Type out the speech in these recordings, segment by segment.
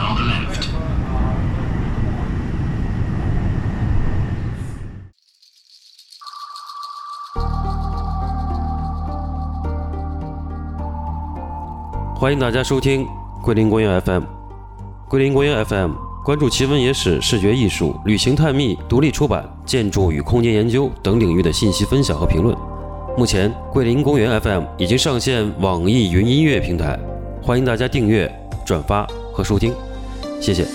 on the left. 欢迎大家收听桂林公园 FM。桂林公园 FM 关注奇闻野史、视觉艺术、旅行探秘、独立出版、建筑与空间研究等领域的信息分享和评论。目前，桂林公园 FM 已经上线网易云音乐平台，欢迎大家订阅、转发和收听，谢谢。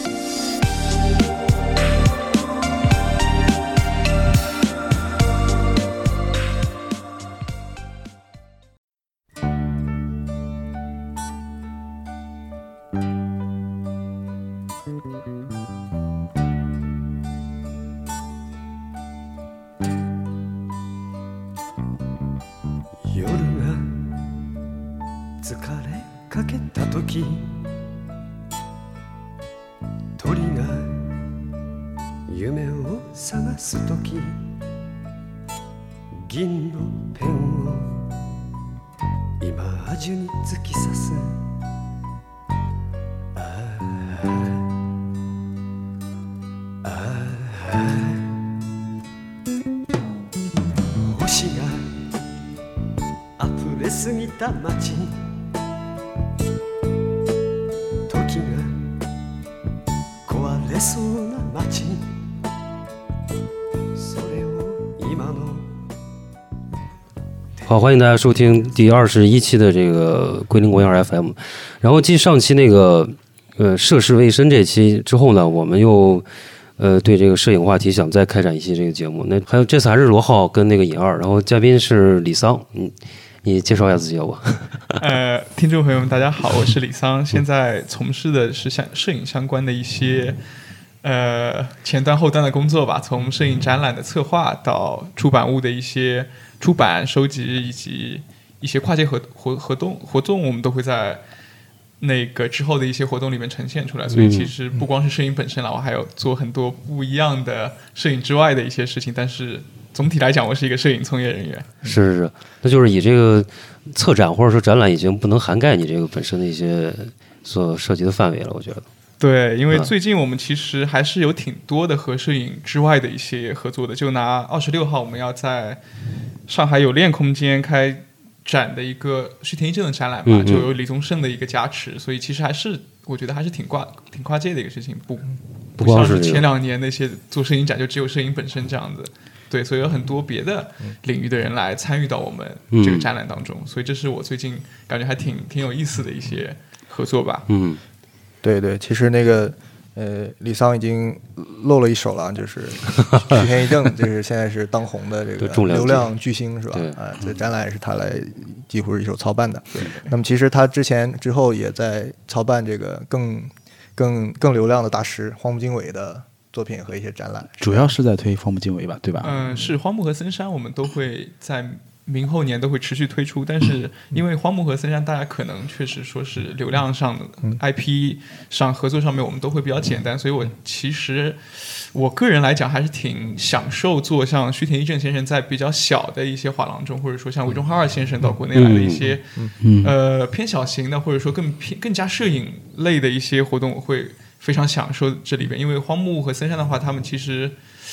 夜が疲れかけた時鳥が夢を探す時銀のペンを今味に突き刺す星が溢れすぎた街時が壊れそうな街それを今の好，欢迎大家收听第21期的这个桂林公园 FM。然后继上期那个涉世未深这期之后呢，我们又对这个摄影话题想再开展一期这个节目。那还有这次还是罗浩跟那个尹二，然后嘉宾是李桑，你介绍一下自己好不好？ 听众朋友们，大家好，我是李桑，现在从事的是摄影相关的一些前端后端的工作吧，从摄影展览的策划到出版物的一些出版、收集以及一些跨界活动，我们都会在那个之后的一些活动里面呈现出来。所以其实不光是摄影本身了，我还有做很多不一样的摄影之外的一些事情，但是总体来讲，我是一个摄影从业人员。 是，那就是以这个策展或者说展览已经不能涵盖你这个本身的一些所涉及的范围了，我觉得。 对，因为最近我们其实还是有挺多的和摄影之外的一些合作的。就拿26号我们要在上海有恋空间开展的一个须田一正的展览嘛，就有李宗盛的一个加持，所以其实还是我觉得还是挺跨界的一个事情，不像是前2年那些做摄影展就只有摄影本身这样子。对，所以有很多别的领域的人来参与到我们这个展览当中，所以这是我最近感觉还挺有意思的一些合作吧。 对对，其实那个李桑已经露了一手了，就是须田一正，就是现在是当红的这个流量巨星是吧？这展览也是他来几乎是一手操办的。那么其实他之后也在操办这个更流量的大师荒木经惟的作品和一些展览， 主要是在推荒木经惟吧，对吧？ 是荒木和森山，我们都会在明后年都会持续推出，但是因为荒木和森山大家可能确实说是流量上的 IP 上合作上面我们都会比较简单，所以我个人来讲还是挺享受做像须田一正先生在比较小的一些画廊中，或者说像尾中浩二先生到国内来的一些偏小型的或者说更加摄影类的一些活动，我会非常享受这里边。因为荒木和森山的话，他们其实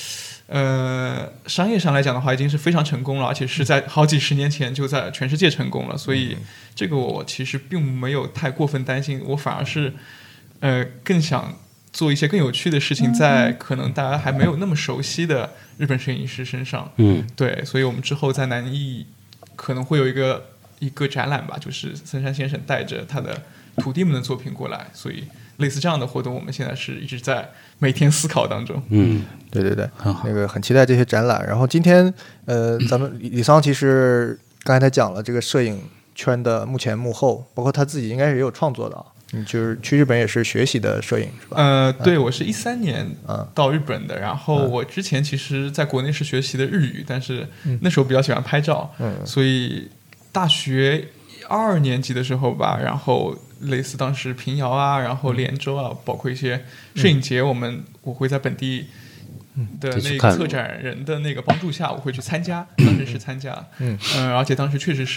商业上来讲的话已经是非常成功了，而且是在好几十年前就在全世界成功了，所以这个我其实并没有太过分担心，我反而是更想做一些更有趣的事情，在可能大家还没有那么熟悉的日本摄影师身上。对，所以我们之后在南艺可能会有一个展览吧，就是森山先生带着他的徒弟们的作品过来，所以类似这样的活动我们现在是一直在每天思考当中。 对对对，那个很期待这些展览。然后今天咱们李桑其实刚才他讲了这个摄影圈的幕前幕后，包括他自己应该是也有创作的啊。你就是去日本也是学习的摄影是吧？ 对，我是13年到日本的，然后我之前其实在国内是学习的日语，但是那时候比较喜欢拍照，所以大学22年级的时候吧，然后类似当时平遥啊，然后连州啊，包括一些摄影节，我会在本地的那个策展人的那个帮助下，我会去参加，当时是参加，而且当时确实是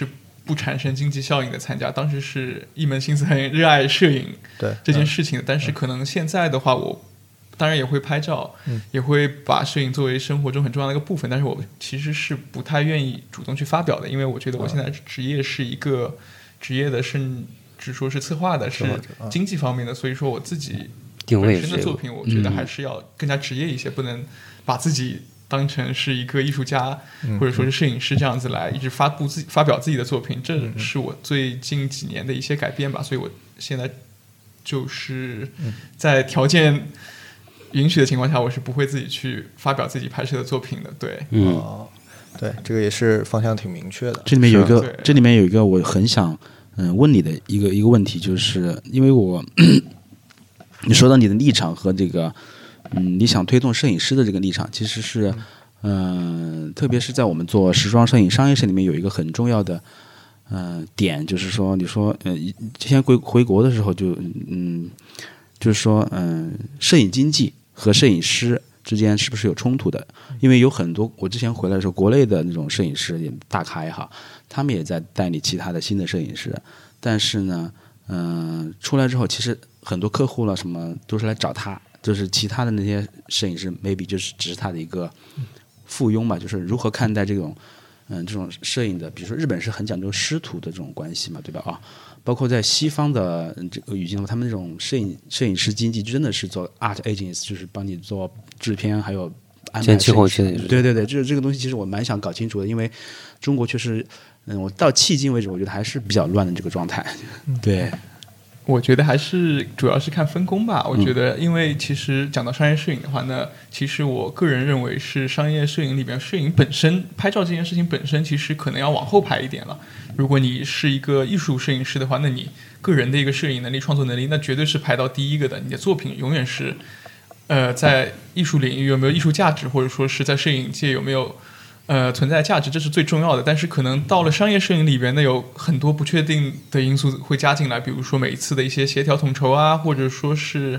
不产生经济效应的参加，当时是一门心思很热爱摄影这件事情的。但是可能现在的话，我当然也会拍照，也会把摄影作为生活中很重要的一个部分，但是我其实是不太愿意主动去发表的，因为我觉得我现在职业是一个职业的，甚至说是策划的，是经济方面的，所以说我自己本身的作品，我觉得还是要更加职业一些，不能把自己当成是一个艺术家或者说是摄影师这样子来一直发表自己的作品，这是我最近几年的一些改变吧。所以我现在就是在条件允许的情况下，我是不会自己去发表自己拍摄的作品的。对， 对，这个也是方向挺明确的。 这里面有一个我很想问你的一个问题，就是因为你说到你的立场和这个你想推动摄影师的这个立场，其实是特别是在我们做时装摄影、商业摄影里面有一个很重要的点，就是说你说之前回国的时候就是说摄影经济和摄影师之间是不是有冲突的？因为有很多我之前回来的时候，国内的那种摄影师也大咖也好，他们也在代理其他的新的摄影师，但是呢出来之后，其实很多客户了什么都是来找他，就是其他的那些摄影师 maybe 只是他的一个附庸吧。就是如何看待这种摄影的，比如说日本是很讲究师徒的这种关系嘛，对吧？包括在西方的这个语境，他们这种摄影师经济真的是做 art agency， 就是帮你做制片，还有安排前期后期的。 对，这个东西其实我蛮想搞清楚的，因为中国确实，我到迄今为止，我觉得还是比较乱的这个状态。对。 我觉得还是主要是看分工吧。我觉得，因为其实讲到商业摄影的话呢，其实我个人认为是商业摄影里边，摄影本身拍照这件事情本身，其实可能要往后排一点了。如果你是一个艺术摄影师的话，那你个人的一个摄影能力、创作能力，那绝对是排到第一个的。你的作品永远是，在艺术领域有没有艺术价值，或者说是在摄影界有没有存在价值，这是最重要的。但是可能到了商业摄影里边，那有很多不确定的因素会加进来，比如说每一次的一些协调统筹啊，或者说是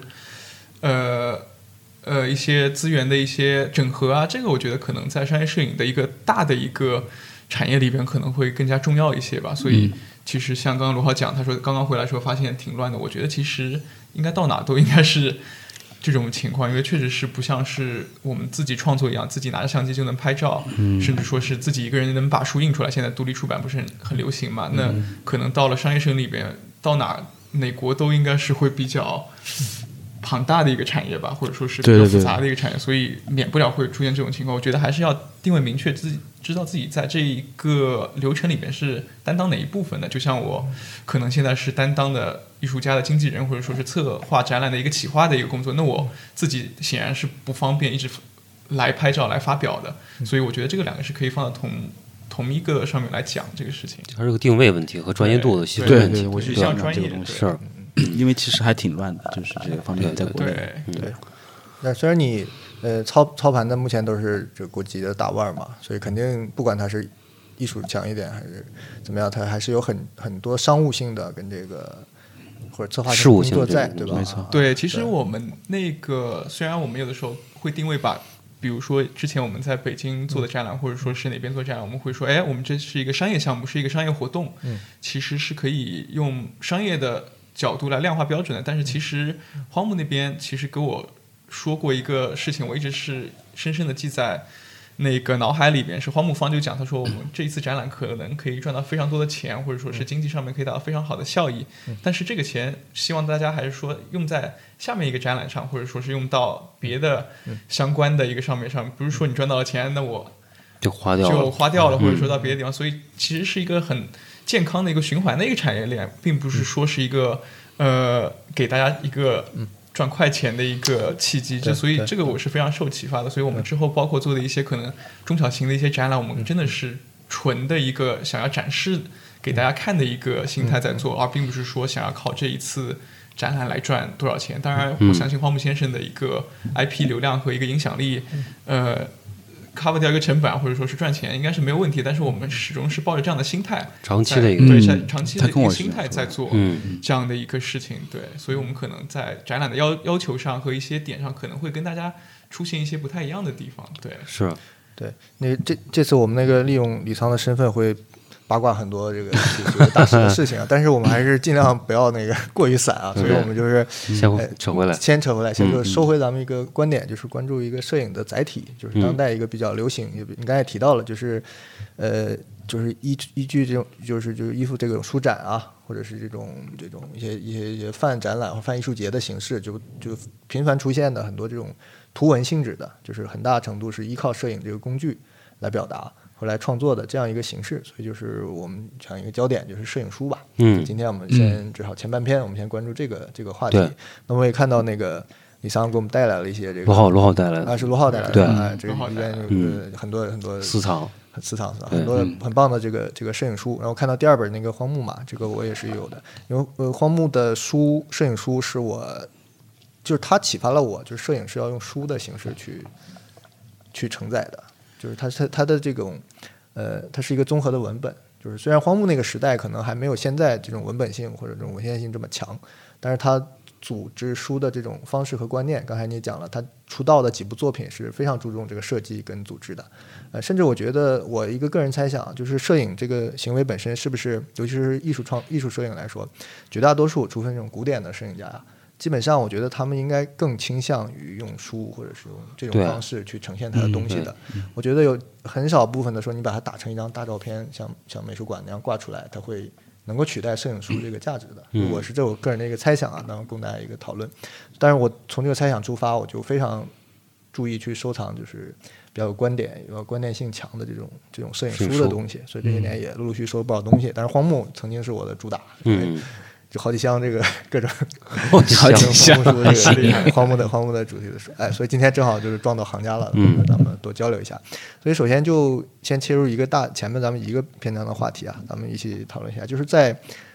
一些资源的一些整合啊，这个我觉得可能在商业摄影的一个大的一个产业里边可能会更加重要一些吧。所以其实像刚刚罗浩讲，他说刚刚回来的时候发现挺乱的，我觉得其实应该到哪都应该是这种情况，因为确实是不像是我们自己创作一样，自己拿着相机就能拍照，甚至说是自己一个人能把书印出来。现在独立出版不是很流行嘛？那可能到了商业摄影里边，到哪国都应该是会比较庞大的一个产业吧，或者说是比较复杂的一个产业，所以免不了会出现这种情况。我觉得还是要定位明确，自己知道自己在这一个流程里面是担当哪一部分的。就像我可能现在是担当的艺术家的经纪人，或者说是策划展览的一个企划的一个工作，那我自己显然是不方便一直来拍照来发表的，所以我觉得这个两个是可以放到同一个上面来讲这个事情， 还是个定位问题和专业度的细分问题。 对，我是想专业这个东西，因为其实还挺乱的，就是这个方面在国内。 对。那虽然你操盘的目前都是这国际的大腕嘛，所以肯定不管他是艺术强一点还是怎么样，他还是有很多商务性的跟这个或者策划性的工作在，对吧？ 没错。 对，其实我们那个虽然我们有的时候会定位把，比如说之前我们在北京做的展览，或者说是哪边做展览，我们会说，我们这是一个商业项目，是一个商业活动，其实是可以用商业的角度来量化标准的。但是其实荒木那边其实给我说过一个事情，我一直是深深的记在那个脑海里边，是荒木方就讲，他说我们这一次展览可能可以赚到非常多的钱，或者说是经济上面可以达到非常好的效益，但是这个钱希望大家还是说用在下面一个展览上，或者说是用到别的相关的一个上面上，不是说你赚到了钱那我就花掉了， 或者说到别的地方，所以其实是一个很健康的一个循环的一个产业链，并不是说是一个给大家一个赚快钱的一个契机，所以这个我是非常受启发的。所以我们之后包括做的一些可能中小型的一些展览，我们真的是纯的一个想要展示给大家看的一个心态在做，而并不是说想要靠这一次展览来赚多少钱。当然我相信荒木先生的一个 IP 流量和一个影响力cover 掉一个成本或者说是赚钱应该是没有问题，但是我们始终是抱着这样的心态， 长期的一个长期的一个心态在做这样的一个事情。对，所以我们可能在展览的要求上和一些点上可能会跟大家出现一些不太一样的地方。对， 是， 对。那这次我们那个利用李沧的身份会八卦很多这个大师的事情啊，但是我们还是尽量不要那个过于散啊，所以我们就是先扯回来， 先就收回咱们一个观点，就是关注一个摄影的载体，就是当代一个比较流行，你刚才也提到了，就是就是依据这种就是依附这种书展啊，或者是这种一些泛展览或泛艺术节的形式，就频繁出现的很多这种图文性质的，就是很大程度是依靠摄影这个工具来表达和来创作的这样一个形式，所以就是我们讲一个焦点就是摄影书吧。今天我们先至少前半篇我们先关注这个话题。那么也看到那个李桑给我们带来了一些这个罗浩带来的是罗浩带来的， 对， 这里边很多私藏很多很棒的这个摄影书。然后看到第二本那个荒木嘛，这个我也是有的，因为荒木的摄影书是就是他启发了我，就是摄影是要用书的形式去承载的，就是它的这种它是一个综合的文本，就是虽然荒木那个时代可能还没有现在这种文本性或者这种文献性这么强，但是他组织书的这种方式和观念，刚才你也讲了，他出道的几部作品是非常注重这个设计跟组织的。甚至我觉得我一个个人猜想，就是摄影这个行为本身是不是，尤其是艺术摄影来说，绝大多数除非那种古典的摄影家，基本上我觉得他们应该更倾向于用书或者是用这种方式去呈现他的东西的。我觉得有很少部分的时候，你把它打成一张大照片，像美术馆那样挂出来，它会能够取代摄影书这个价值的。我是我个人的一个猜想啊，能供大家一个讨论。但是我从这个猜想出发，我就非常注意去收藏，就是比较有观点、有观念性强的这种摄影书的东西。所以这些年也陆续收了不少东西。但是荒木曾经是我的主打，就好几箱这个各种好几箱荒木的主题的书。所以今天正好就是撞到行家了，咱们多交流一下。所以首先就先切入一个前面咱们一个篇章的话题啊，咱们一起讨论一下，就是在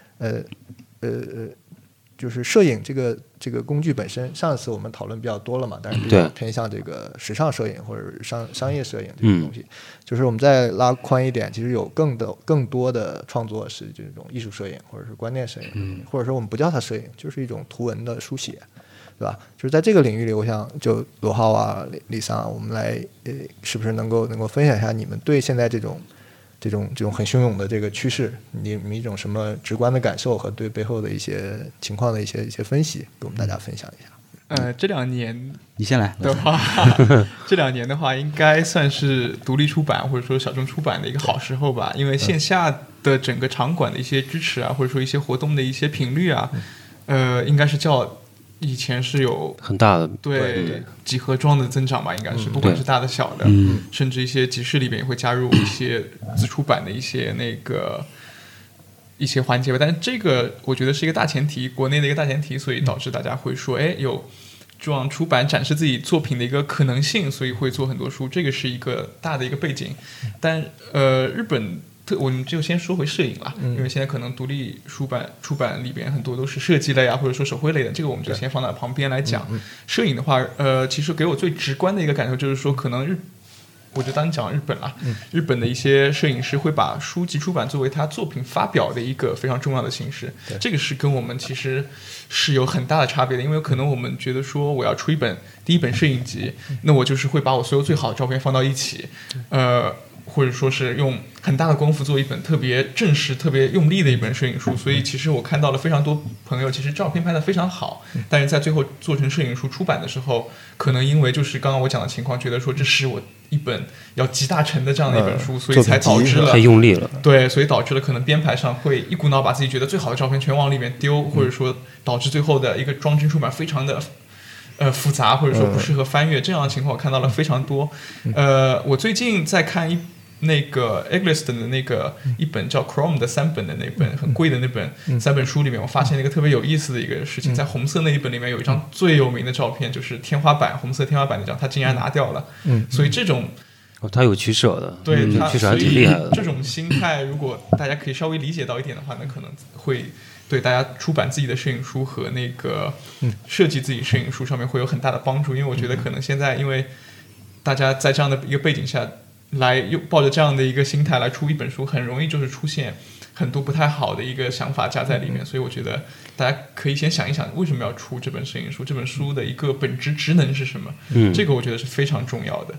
就是摄影这个工具本身，上次我们讨论比较多了嘛，但是比较偏向这个时尚摄影或者商业摄影这个东西。就是我们再拉宽一点，其实有更多的创作是这种艺术摄影或者是观念摄影，或者说我们不叫它摄影，就是一种图文的书写，对吧？就是在这个领域里，我想就罗浩啊、李桑啊，我们来是不是能够分享一下你们对现在这种很汹涌的这个趋势，你们一种什么直观的感受和对背后的一些情况的一些分析，给我们大家分享一下。 这2年你先来的话，这2年的话，应该算是独立出版或者说小众出版的一个好时候吧。因为线下的整个场馆的一些支持啊，或者说一些活动的一些频率啊，应该是较以前是有很大的对几何状的增长吧，应该是不管是大的小的，甚至一些集市里边也会加入一些自出版的一些一些环节吧。但是这个我觉得是一个大前提，国内的一个大前提，所以导致大家会说，有这样出版展示自己作品的一个可能性，所以会做很多书，这个是一个大的一个背景。但日本我们就先说回摄影了，因为现在可能独立出版里边很多都是设计类啊，或者说手绘类的，这个我们就先放在旁边来讲。摄影的话，其实给我最直观的一个感受就是说，可能我就当讲日本了，日本的一些摄影师会把书籍出版作为他作品发表的一个非常重要的形式，这个是跟我们其实是有很大的差别的。因为可能我们觉得说我要出第一本摄影集，那我就是会把我所有最好的照片放到一起，或者说是用很大的功夫做一本特别正式、特别用力的一本摄影书。所以其实我看到了非常多朋友，其实照片拍得非常好，但是在最后做成摄影书出版的时候，可能因为就是刚刚我讲的情况，觉得说这是我一本要集大成的这样的一本书，所以才导致了太用力了。 对，所以导致了可能编排上会一股脑把自己觉得最好的照片全往里面丢，或者说导致最后的一个装帧出版非常的复杂，或者说不适合翻阅，这样的情况我看到了非常多。我最近在看那个 Eggleston 的那个一本叫 Chrome 的3本的那本很贵的那本3本书里面，我发现了一个特别有意思的一个事情，在红色那一本里面有一张最有名的照片，就是红色天花板那张，他竟然拿掉了。所以这种他有取舍的， 对， 取舍还挺厉害的。 这种心态，如果大家可以稍微理解到一点的话，那可能会对大家出版自己的摄影书和那个设计自己摄影书上面会有很大的帮助。因为我觉得可能现在因为大家在这样的一个背景下来又抱着这样的一个心态来出一本书，很容易就是出现很多不太好的一个想法加在里面。所以我觉得大家可以先想一想，为什么要出这本摄影书，这本书的一个本质职能是什么。这个我觉得是非常重要的。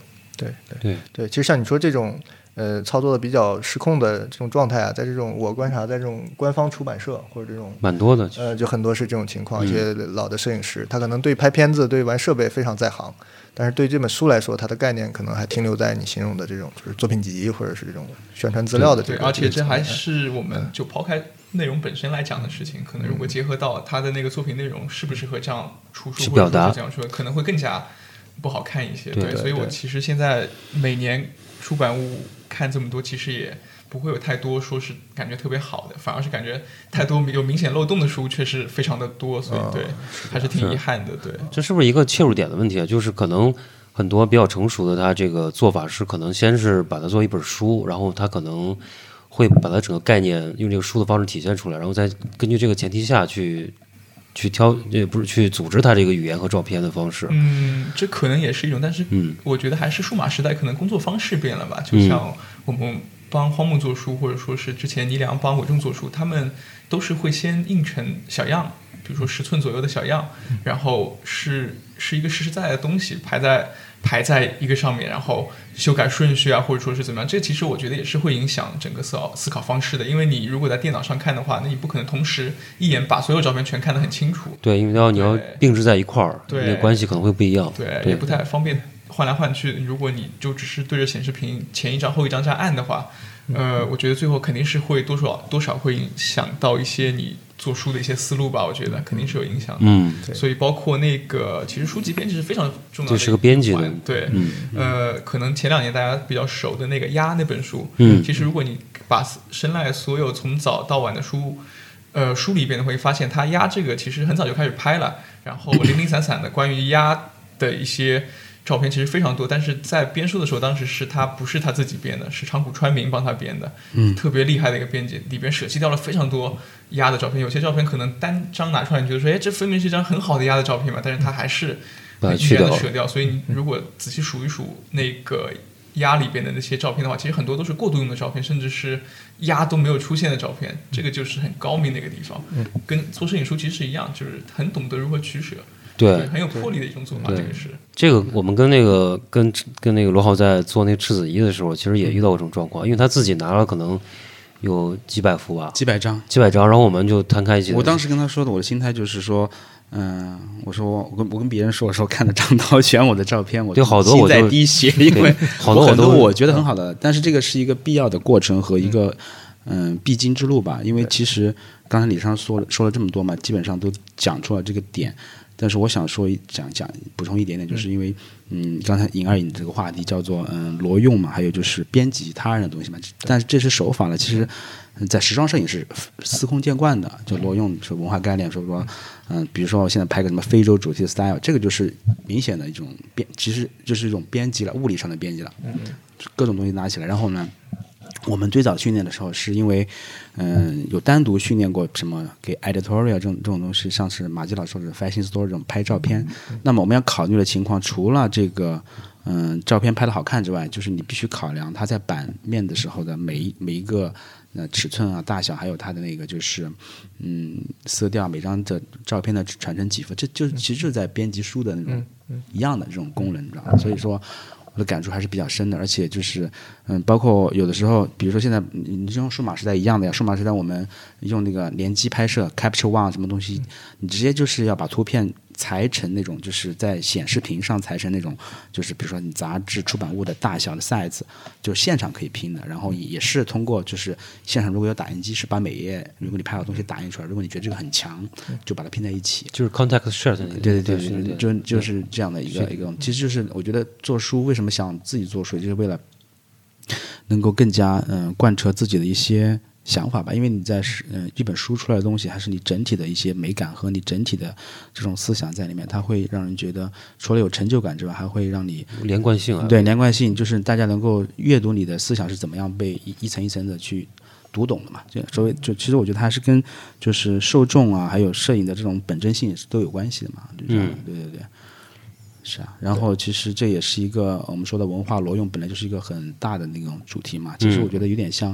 对，其实像你说这种操作的比较失控的这种状态啊，在这种我观察，在这种官方出版社或者这种蛮多的， 就很多是这种情况。一些老的摄影师，他可能对拍片子、对玩设备非常在行，但是对这本书来说，它的概念可能还停留在你形容的这种就是作品集或者是这种宣传资料的这个。 而且这还是我们就抛开内容本身来讲的事情，可能如果结合到他的那个作品内容适不适合这样出书，或者说这样说，可能会更加不好看一些。对，所以我其实现在每年出版物看这么多，其实也不会有太多说是感觉特别好的，反而是感觉太多有明显漏洞的书确实非常的多，所以对，还是挺遗憾的。对， 这是不是一个切入点的问题啊？就是可能很多比较成熟的他这个做法是可能先是把它做一本书，然后他可能会把它整个概念用这个书的方式体现出来，然后再根据这个前提下去挑，也不是去组织它这个语言和照片的方式。 这可能也是一种，但是我觉得还是数码时代可能工作方式变了吧。就像我们帮荒木做书，或者说是之前倪良帮伟忠做书，他们都是会先印成小样，比如说10寸左右的小样，然后是一个实实在在的东西排在一个上面，然后修改顺序啊，或者说是怎么样，这其实我觉得也是会影响整个思考方式的。因为你如果在电脑上看的话，那你不可能同时一眼把所有照片全看得很清楚。 对，因为你要并置在一块儿，那个关系可能会不一样。 对，也不太方便换来换去。如果你就只是对着显示屏前一张后一张这样按的话，我觉得最后肯定是会多少会影响到一些你做书的一些思路吧，我觉得肯定是有影响的。所以包括那个，其实书籍编辑是非常重要的， 这是个编辑的。 对，可能前2年大家比较熟的那个《鸭》那本书，其实如果你把深濑所有从早到晚的书里边会发现，他鸭这个其实很早就开始拍了，然后零零散散的关于鸭的一些照片其实非常多，但是在编书的时候，当时不是他自己编的，是长谷川明帮他编的，特别厉害的一个编辑，里边舍弃掉了非常多鸭的照片，有些照片可能单张拿出来，你觉得说，这分明是一张很好的鸭的照片嘛，但是他还是很自然的舍掉，所以你如果仔细数一数那个鸭里边的那些照片的话，其实很多都是过渡用的照片，甚至是鸭都没有出现的照片，这个就是很高明的一个地方，跟做摄影书其实是一样，就是很懂得如何取舍。对，很有魄力的一种做法，这个是。 这个我们跟那个罗浩在做那个赤子仪的时候，其实也遇到过这种状况，因为他自己拿了可能有几百幅吧， 几百张， 然后我们就摊开一起。 我当时跟他说的，我的心态就是说，我说我跟别人说看着张涛选我的照片，我心在滴血，因为很多我觉得很好的，但是这个是一个必要的过程和一个必经之路吧，因为其实刚才李商说了这么多嘛，基本上都讲出了这个点。但是我想讲补充一点点，就是因为刚才引这个话题叫做挪用嘛，还有就是编辑他人的东西嘛，但是这是手法了，其实在时装摄影是司空见惯的，就挪用是文化概念，说比如说我现在拍个什么非洲主题的 style， 这个就是明显的一种其实就是一种编辑了，物理上的编辑了，各种东西拿起来，然后呢。我们最早训练的时候，是因为，有单独训练过什么给 editorial 这种东西，像是马季老师说的 fashion store 这种拍照片。那么我们要考虑的情况，除了这个，照片拍得好看之外，就是你必须考量它在版面的时候的每一个尺寸啊、大小，还有它的那个就是色调，每张的照片的传承几分，这就其实就是在编辑书的那种一样的这种功能，你知道吗？所以说。我的感触还是比较深的，而且就是包括有的时候，比如说现在你用数码时代一样的呀，数码时代我们用那个联机拍摄 Capture One 什么东西，你直接就是要把图片裁成那种，就是在显示屏上裁成那种，就是比如说你杂志出版物的大小的 size， 就现场可以拼的，然后也是通过就是现场如果有打印机，是把每页如果你拍好东西打印出来，如果你觉得这个很强，就把它拼在一起， 就是 context share 的那个。 对，就是这样的一个，其实就是我觉得做书为什么想自己做书，就是为了能够更加贯彻自己的一些想法吧，因为你在一本书出来的东西，还是你整体的一些美感和你整体的这种思想在里面，它会让人觉得除了有成就感之外，还会让你连贯性啊。 对，连贯性就是大家能够阅读你的思想是怎么样被一层一层的去读懂的嘛。其实我觉得它是跟就是受众啊，还有摄影的这种本真性是都有关系的嘛。对。是啊，然后其实这也是一个我们说的文化挪用，本来就是一个很大的那种主题嘛。其实我觉得有点像。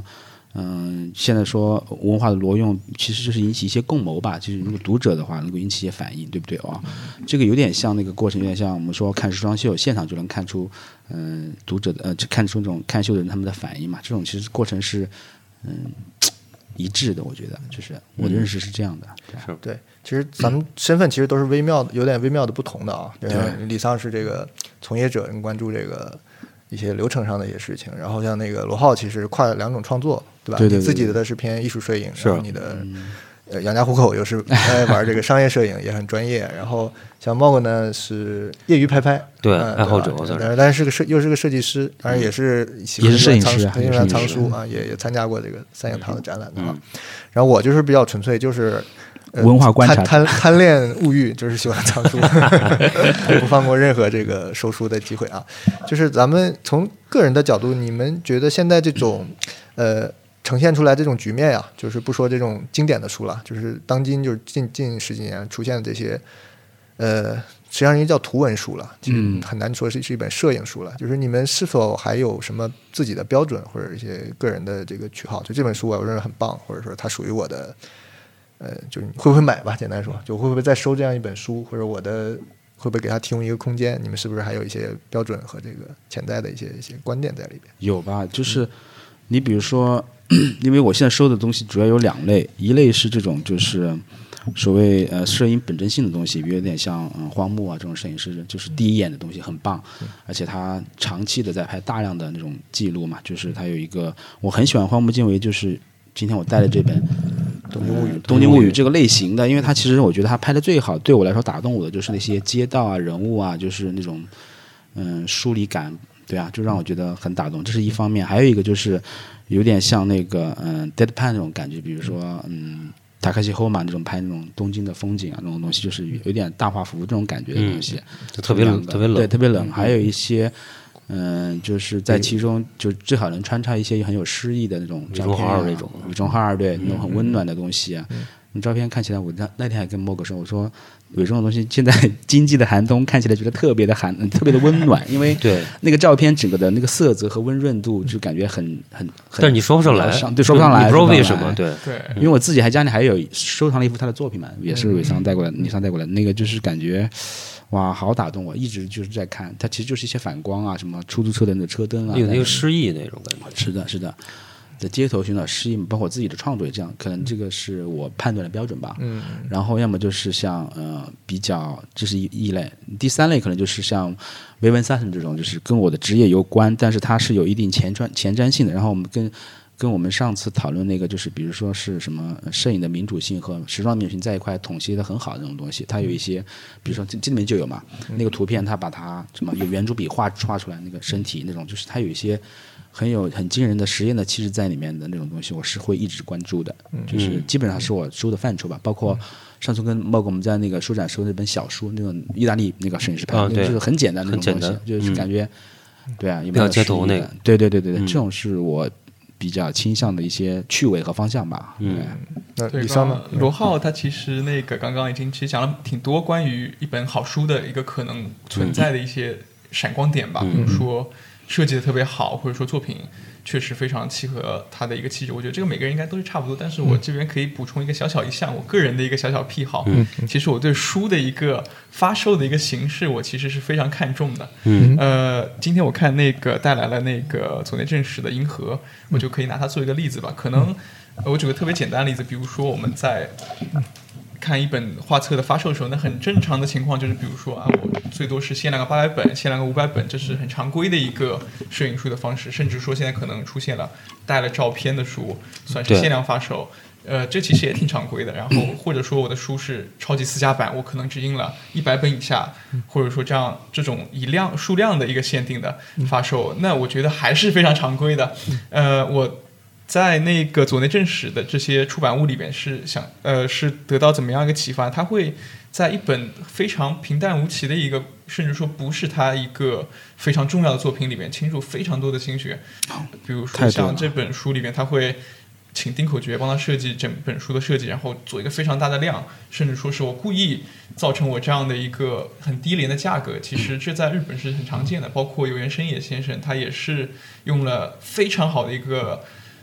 现在说文化的挪用，其实就是引起一些共谋吧。就是如果读者的话，能够引起一些反应，对不对啊？这个有点像那个过程，有点像我们说看时装秀，现场就能看出，读者的看出这种看秀的人他们的反应嘛。这种其实过程是，一致的，我觉得就是我的认识是这样的。 对，其实咱们身份其实都是有点微妙的不同的啊。对，李桑是这个从业者，关注这个一些流程上的一些事情，然后像那个罗浩其实跨了2种创作，对吧？ 对， 你自己的是偏艺术摄影，然后你的养家糊口又是玩这个商业摄影，也很专业。然后像茂哥呢是业余拍， 对，爱好者， 但是又是个设计师，当然也是也是摄影师， 很喜欢藏书啊，也参加过这个三影堂的展览的啊。然后我就是比较纯粹，就是文化观察， 贪恋物欲，就是喜欢藏书，不放过任何这个收书的机会啊。就是咱们从个人的角度，你们觉得现在这种呈现出来这种局面呀，就是不说这种经典的书了，就是当今就是近十几年出现的这些实际上应该叫图文书了，其实很难说是一本摄影书了。就是你们是否还有什么自己的标准或者一些个人的这个取号？就这本书我认为很棒，或者说它属于我的，就是你会不会买吧？简单说，就会不会再收这样一本书，或者会不会给它提供一个空间？你们是不是还有一些标准和这个潜在的一些观点在里边？ 有吧，就是你比如说，因为我现在收的东西主要有2类，一类是这种就是所谓摄影本真性的东西，比如有点像荒木啊这种摄影师，就是第一眼的东西很棒，而且他长期的在拍大量的那种记录嘛，就是他有一个我很喜欢荒木经惟，就是今天我带的这本东京物语这个类型的，因为他其实我觉得他拍的最好，对我来说打动我的就是那些街道啊人物啊，就是那种疏离感，对啊，就让我觉得很打动，这是一方面。还有一个就是有点像那个Deadpan 那种感觉，比如说塔克西后嘛那种拍那种东京的风景啊那种东西，就是有点大画幅这种感觉的东西， 特别冷， 对，特别冷。还有一些就是在其中就最好能穿插一些很有诗意的那种照片啊，雨中号对，那种很温暖的东西啊。照片看起来，我那天还跟莫哥说，我说有这种东西，现在经济的寒冬看起来觉得特别的特别的温暖，因为那个照片整个的那个色泽和温润度就感觉很。 但是你说不上来， 对，说不上来， 你不知道为什么，对， 因为我自己家里还有收藏了一幅他的作品嘛，也是李桑带过来，那个就是感觉。哇，好打动我！一直就是在看，它其实就是一些反光啊，什么出租车的那个车灯啊， 有那个诗意那种感觉。是的，在街头寻找诗意，包括我自己的创作也这样，可能这个是我判断的标准吧。然后要么就是像比较，这是一类。第3类可能就是像维文萨森这种，就是跟我的职业有关，但是它是有一定前瞻性的。然后我们跟我们上次讨论那个，就是比如说是什么摄影的民主性和时装民主性在一块统协的很好的那种东西，它有一些，比如说这里面就有嘛，那个图片它把它什么有圆珠笔画出来那个身体那种，就是它有一些很惊人的实验的气质在里面的那种东西，我是会一直关注的，就是基本上是我收的范畴吧。包括上次跟茂哥我们在那个书展收那本小书，那种意大利那个摄影师拍的，就是很简单的那种东西，就是感觉对啊，有没有街头那个？ 对，这种是我比较倾向的一些趣味和方向吧。 对，李桑呢？ 罗浩他其实那个刚刚已经其实讲了挺多关于一本好书的一个可能存在的一些闪光点吧，比如说设计的特别好，或者说作品确实非常契合他的一个气质。我觉得这个每个人应该都是差不多，但是我这边可以补充一个小项，我个人的一个小癖好。其实我对书的一个发售的一个形式，我其实是非常看重的。今天我看那个带来了那个佐内正史的《银河》，我就可以拿它做一个例子吧。可能我举个特别简单的例子，比如说我们在看一本画册的发售的时候，那很正常的情况就是，比如说我最多是限量个800本，限量个500本，这是很常规的一个摄影书的方式。甚至说现在可能出现了带了照片的书，算是限量发售。这其实也挺常规的。然后或者说我的书是超级4+版，我可能只印了100本以下，或者说这种以数量的一个限定的发售，那我觉得还是非常常规的。我在那个佐内正史的这些出版物里边是得到怎么样一个启发？他会在一本非常平淡无奇的一个，甚至说不是他一个非常重要的作品里边倾注非常多的心血。比如说像这本书里边，他会请丁口诀帮他设计整本书的设计，然后做一个非常大的量，甚至说是我故意造成我这样的一个很低廉的价格。其实这在日本是很常见的，包括有原生野先生，他也是用了非常好的一个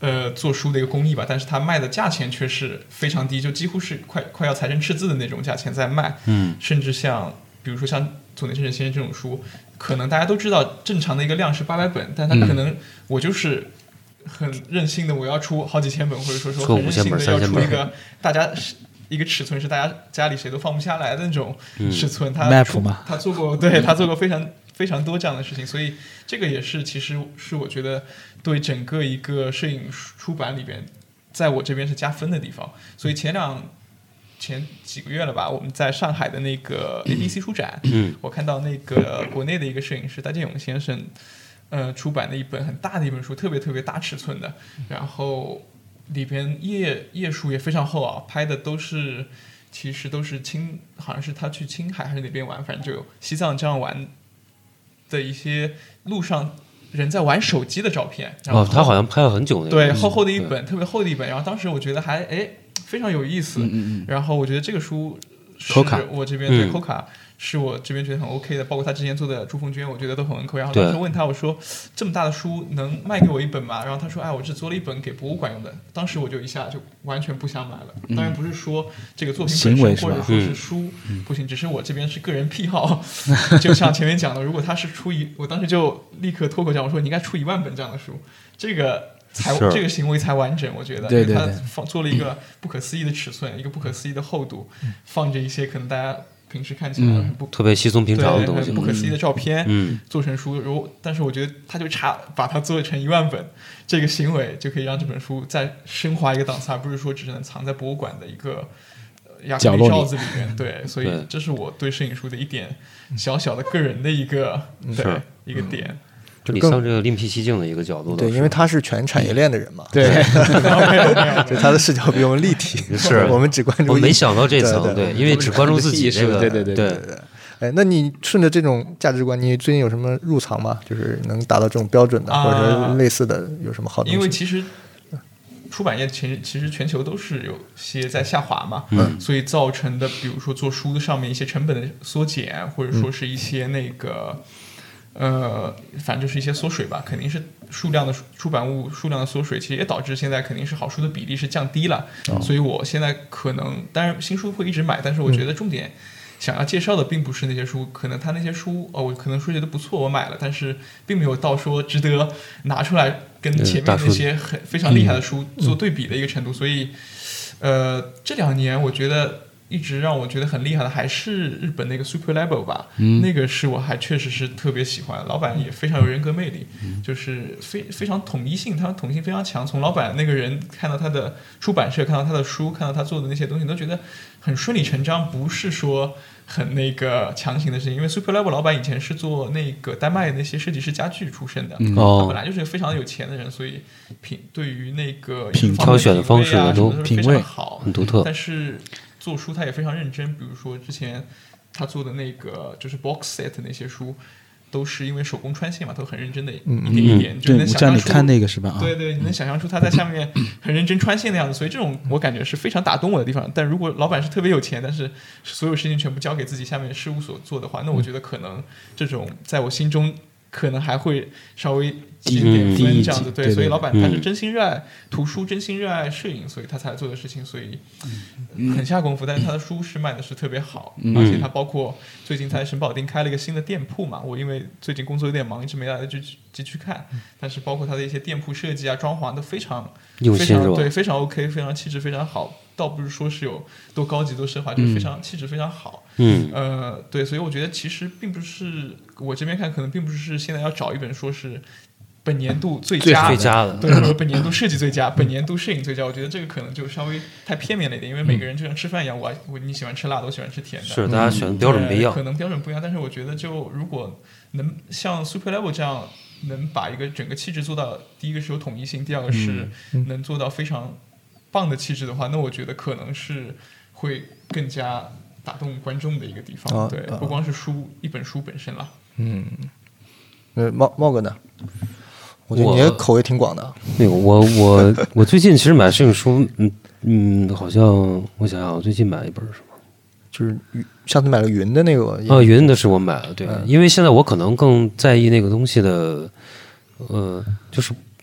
做书的一个工艺吧，但是它卖的价钱却是非常低，就几乎是快要财政赤字的那种价钱在卖。甚至比如说像佐内真人先生这种书，可能大家都知道正常的一个量是800本，但它可能我就是很任性的，我要出好几千本，或者说很任性的要出一个大家一个尺寸是大家家里谁都放不下来的那种尺寸。他做过，对，他做过非常非常多这样的事情，所以这个也是其实是我觉得对整个一个摄影出版里边，在我这边是加分的地方。所以前几个月了吧，我们在上海的那个 ABC 书展，我看到那个国内的一个摄影师戴建勇先生出版的一本很大的一本书，特别特别大尺寸的，然后里边页数也非常厚啊，拍的其实都是好像是他去青海还是哪边玩，反正就有西藏这样玩的一些路上人在玩手机的照片。然后他好像拍了很久那个。 对，厚厚的一本，特别厚的一本。然后当时我觉得还非常有意思。然后我觉得这个书是我这边对 Coca 是我这边觉得很 OK 的，包括他之前做的朱凤娟，我觉得都很 OK。然后当时问他，我说这么大的书能卖给我一本吗？然后他说，我只做了一本给博物馆用的。当时我就一下就完全不想买了。当然不是说这个作品本身或者说是书不行，只是我这边是个人癖好。就像前面讲的，如果他是我当时就立刻脱口讲，我说你应该出1万本这样的书，这个行为才完整，我觉得。 对， 他做了一个不可思议的尺寸，一个不可思议的厚度，放着一些可能大家平时看起来特别稀松平常的东西， 不可思议的照片，做成书。但是我觉得他就把它做成1万本，这个行为就可以让这本书再升华一个档次，而不是说只能藏在博物馆的一个亚克力罩子里面。对，所以这是我对摄影书的一点小小的个人的一个一个点。 就你上这个另辟蹊径的一个角度， 对，因为他是全产业链的人嘛， 对， 就他的视角比我们立体， 是我们只关注， 我没想到这层，对，因为只关注自己这个， 对。那你顺着这种价值观，你最近有什么入藏吗？就是能达到这种标准的，或者类似的，有什么好东西？ 因为其实出版业其实全球都是有些在下滑嘛，所以造成的，比如说做书上面一些成本的缩减，或者说是一些那个。反正就是一些缩水吧，肯定是出版物数量的缩水，其实也导致现在肯定是好书的比例是降低了。所以我现在可能，当然新书会一直买，但是我觉得重点想要介绍的并不是那些书，可能他那些书我可能说觉得不错，我买了，但是并没有到说值得拿出来跟前面那些非常厉害的书做对比的一个程度。所以这2年我觉得。一直让我觉得很厉害的还是日本那个 Super Label 吧，那个是我还确实是特别喜欢，老板也非常有人格魅力，就是非常统一性，他统一性非常强。从老板那个人看到他的出版社，看到他的书，看到他做的那些东西，都觉得很顺理成章，不是说很那个强行的事情。因为 Super Label 老板以前是做那个丹麦那些设计师家具出身的，他本来就是非常有钱的人，所以对于那个挑选的方式都非常好， 很独特。 但是做书他也非常认真，比如说之前他做的那个就是 box set 那些书，都是因为手工穿线嘛，都很认真的一点一点，就能想象出。 你看那个是吧？ 对，你能想象出他在下面很认真穿线的样子，所以这种我感觉是非常打动我的地方。但如果老板是特别有钱，但是所有事情全部交给自己下面事务所做的话，那我觉得可能这种在我心中可能还会稍微低点分这样子。对，所以老板他是真心热爱图书，真心热爱摄影，所以他才做的事情，所以很下功夫。但是他的书是卖的是特别好，而且他包括最近在神保町开了一个新的店铺嘛，我因为最近工作有点忙，一直没来得及去看。但是包括他的一些店铺设计啊、装潢都非常用心，是吧？ 对，非常 OK， 非常气质非常好。倒不是说是有多高级多奢华，就是非常气质非常好。对，所以我觉得其实并不是我这边看，可能并不是现在要找一本说是本年度最佳的， 对，或者本年度设计最佳、本年度摄影最佳。我觉得这个可能就稍微太片面了一点，因为每个人就像吃饭一样，你喜欢吃辣的，我喜欢吃甜的， 是大家选的标准不一样， 可能标准不一样。但是我觉得，就如果能像 Super Level 这样，能把一个整个气质做到，第一个是有统一性，第二个是能做到非常棒的气质的话，那我觉得可能是会更加打动观众的一个地方。对，不光是一本书本身了。 茂哥呢？我觉得你的口味挺广的。 那个我最近其实买摄影书，好像我想想，我最近买一本是什么？ 就是上次买了云的那个。 云的是我买的，对，因为现在我可能更在意那个东西的，就是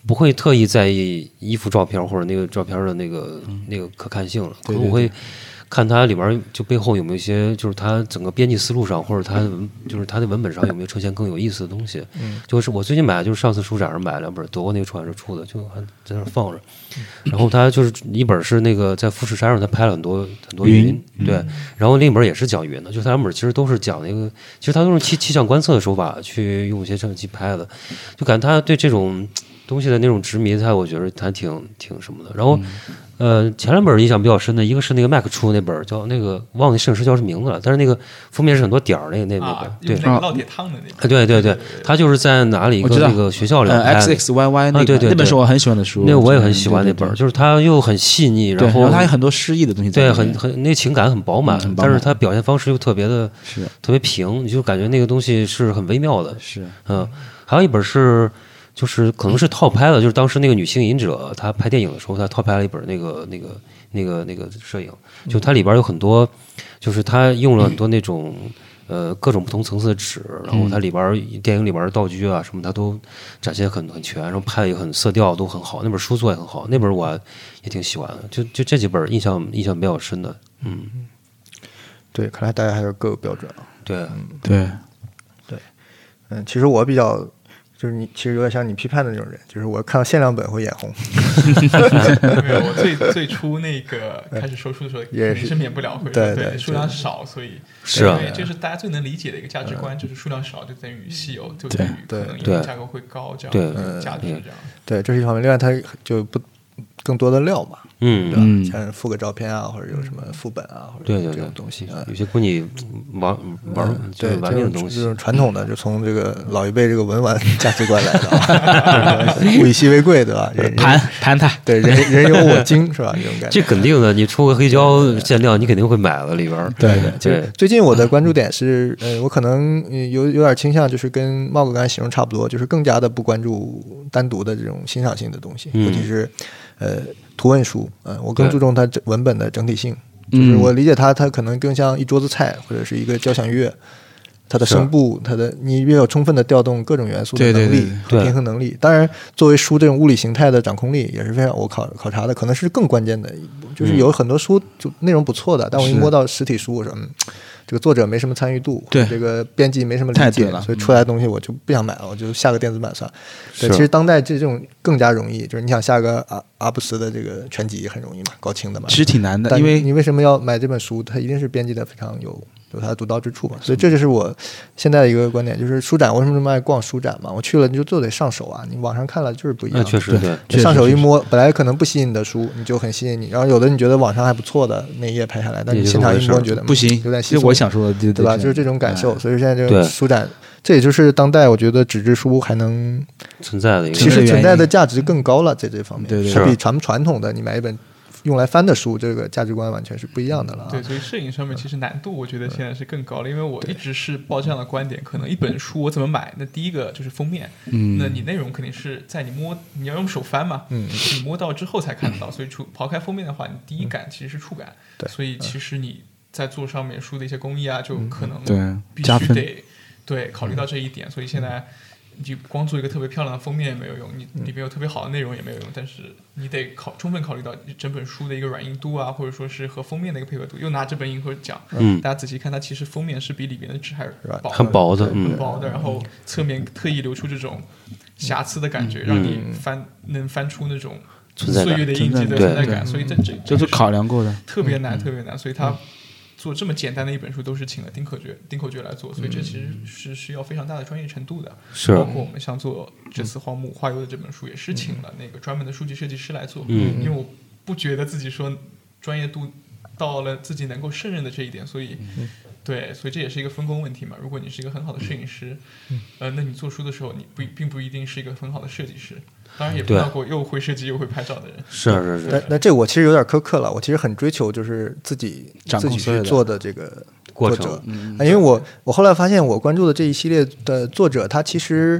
不会特意在意衣服照片或者那个照片的那个可看性了，可能我会看它里边就背后有没有一些，就是它整个编辑思路上，或者它就是它的文本上有没有呈现更有意思的东西。就是我最近买的就是上次书展上买了2本德国那个出版社出的，就还在那放着。然后它就是一本是那个在富士山上，他拍了很多云，对。然后另一本也是讲云的，就它2本其实都是讲那个，其实它都是气象观测的手法去用一些摄像机拍的，就感觉他对这种东西的那种执迷，我觉得还挺什么的。然后，前2本印象比较深的，一个是那个 Mac 出的那本叫那个忘了摄影师叫什么名字了，但是那个封面是很多点儿那本，对， 那个烙铁烫的那本，对，他就是在哪里一个那个学校里拍的 XXYY 那对， 那本是我很喜欢的书， 那我也很喜欢那本，就是它又很细腻，然后它有很多诗意的东西， 对，很那情感很饱满，但是它表现方式又特别平，你就感觉那个东西是很微妙的， 是， 还有一本是。就是可能是套拍的，就是当时那个女性隐者，她拍电影的时候，她套拍了一本那个摄影，就它里边有很多，就是她用了很多那种各种不同层次的纸，然后它里边电影里边的道具啊什么，它都展现很全，然后拍的也很色调都很好，那本书做也很好，那本我也挺喜欢的，就这几本印象比较深的， 对，看来大家还是各有标准啊， 对， 其实我比较。就是你其实有点像你批判的那种人，就是我看到限量本会眼红。 没有，我最初那个开始收书的时候，也是免不了会对数量少，所以是啊， 这是大家最能理解的一个价值观，就是数量少就等于稀有，就等于可能因为价格会高这样的价值这样。 对，这是一方面。另外，它就不更多的料嘛，对吧？像附个照片啊，或者有什么副本啊，或者这种东西啊， 有些供你玩对玩命的东西， 这种传统的就从这个老一辈这个文玩价值观来的，物以稀为贵，对吧？ 盘它， 对人有我精是吧？这种感觉， 这肯定的。你出个黑胶限量，你肯定会买了里边。 对。最近我的关注点是，我可能有点倾向，就是跟茂哥刚才形容差不多，就是更加的不关注单独的这种欣赏性的东西，尤其是图文书，我更注重它文本的整体性。就是我理解它可能更像一桌子菜或者是一个交响乐，它的声部，你越有充分的调动各种元素的能力和平衡能力。当然，作为书这种物理形态的掌控力也是非常我考察的，可能是更关键的一步。就是有很多书就内容不错的，但我一摸到实体书，我说这个作者没什么参与度， 对这个编辑没什么理解，所以出来的东西我就不想买了，我就下个电子版算了。对，其实当代这种更加容易，就是你想下个阿布斯的这个全集很容易嘛，高清的嘛， 其实挺难的，因为你为什么要买这本书？它一定是编辑的非常有它的独到之处嘛。所以这就是我现在的一个观点，就是书展为什么这么爱逛书展嘛？我去了你就得上手啊，你网上看了就是不一样。 确实对， 上手一摸，本来可能不吸引你的书，你就很吸引你。然后有的你觉得网上还不错的那一页拍下来，但你现场一摸，你觉得不行， 有点其实我想说的对吧？就是这种感受。所以现在这个书展，这也就是当代我觉得纸质书还能存在的一个， 其实存在的价值更高了，在这方面， 对， 它比传统的你买一本用来翻的书，这个价值观完全是不一样的了。 对，所以摄影上面其实难度我觉得现在是更高了，因为我一直是抱这样的观点，可能一本书我怎么买？那第一个就是封面，那你内容肯定是在你要用手翻嘛，你摸到之后才看到，所以刨开封面的话，你第一感其实是触感，所以其实你在做上面书的一些工艺啊，就可能必须得考虑到这一点，所以现在。你光做一个特别漂亮的封面也没有用，你里面有特别好的内容也没有用，但是你得充分考虑到整本书的一个软硬度啊，或者说是和封面的一个配合度。又拿这本银河讲，大家仔细看，它其实封面是比里面的纸还很薄的， 很薄的，然后侧面特意留出这种瑕疵的感觉，让你能翻出那种岁月的印记的存在感。所以这是考量过的， 特别难，特别难。所以它做这么简单的一本书都是请了丁口诀来做，所以这其实是需要非常大的专业程度的。 是， 包括我们像做这次荒木花优的这本书，也是请了那个专门的书籍设计师来做。因为我不觉得自己说专业度到了自己能够胜任的这一点，所以所以这也是一个分工问题嘛。如果你是一个很好的摄影师，那你做书的时候，你并不一定是一个很好的设计师。当然也碰到过又会设计又会拍照的人。 是。 那这我其实有点苛刻了，我其实很追求就是自己去做的这个作者，因为我后来发现我关注的这一系列的作者，他其实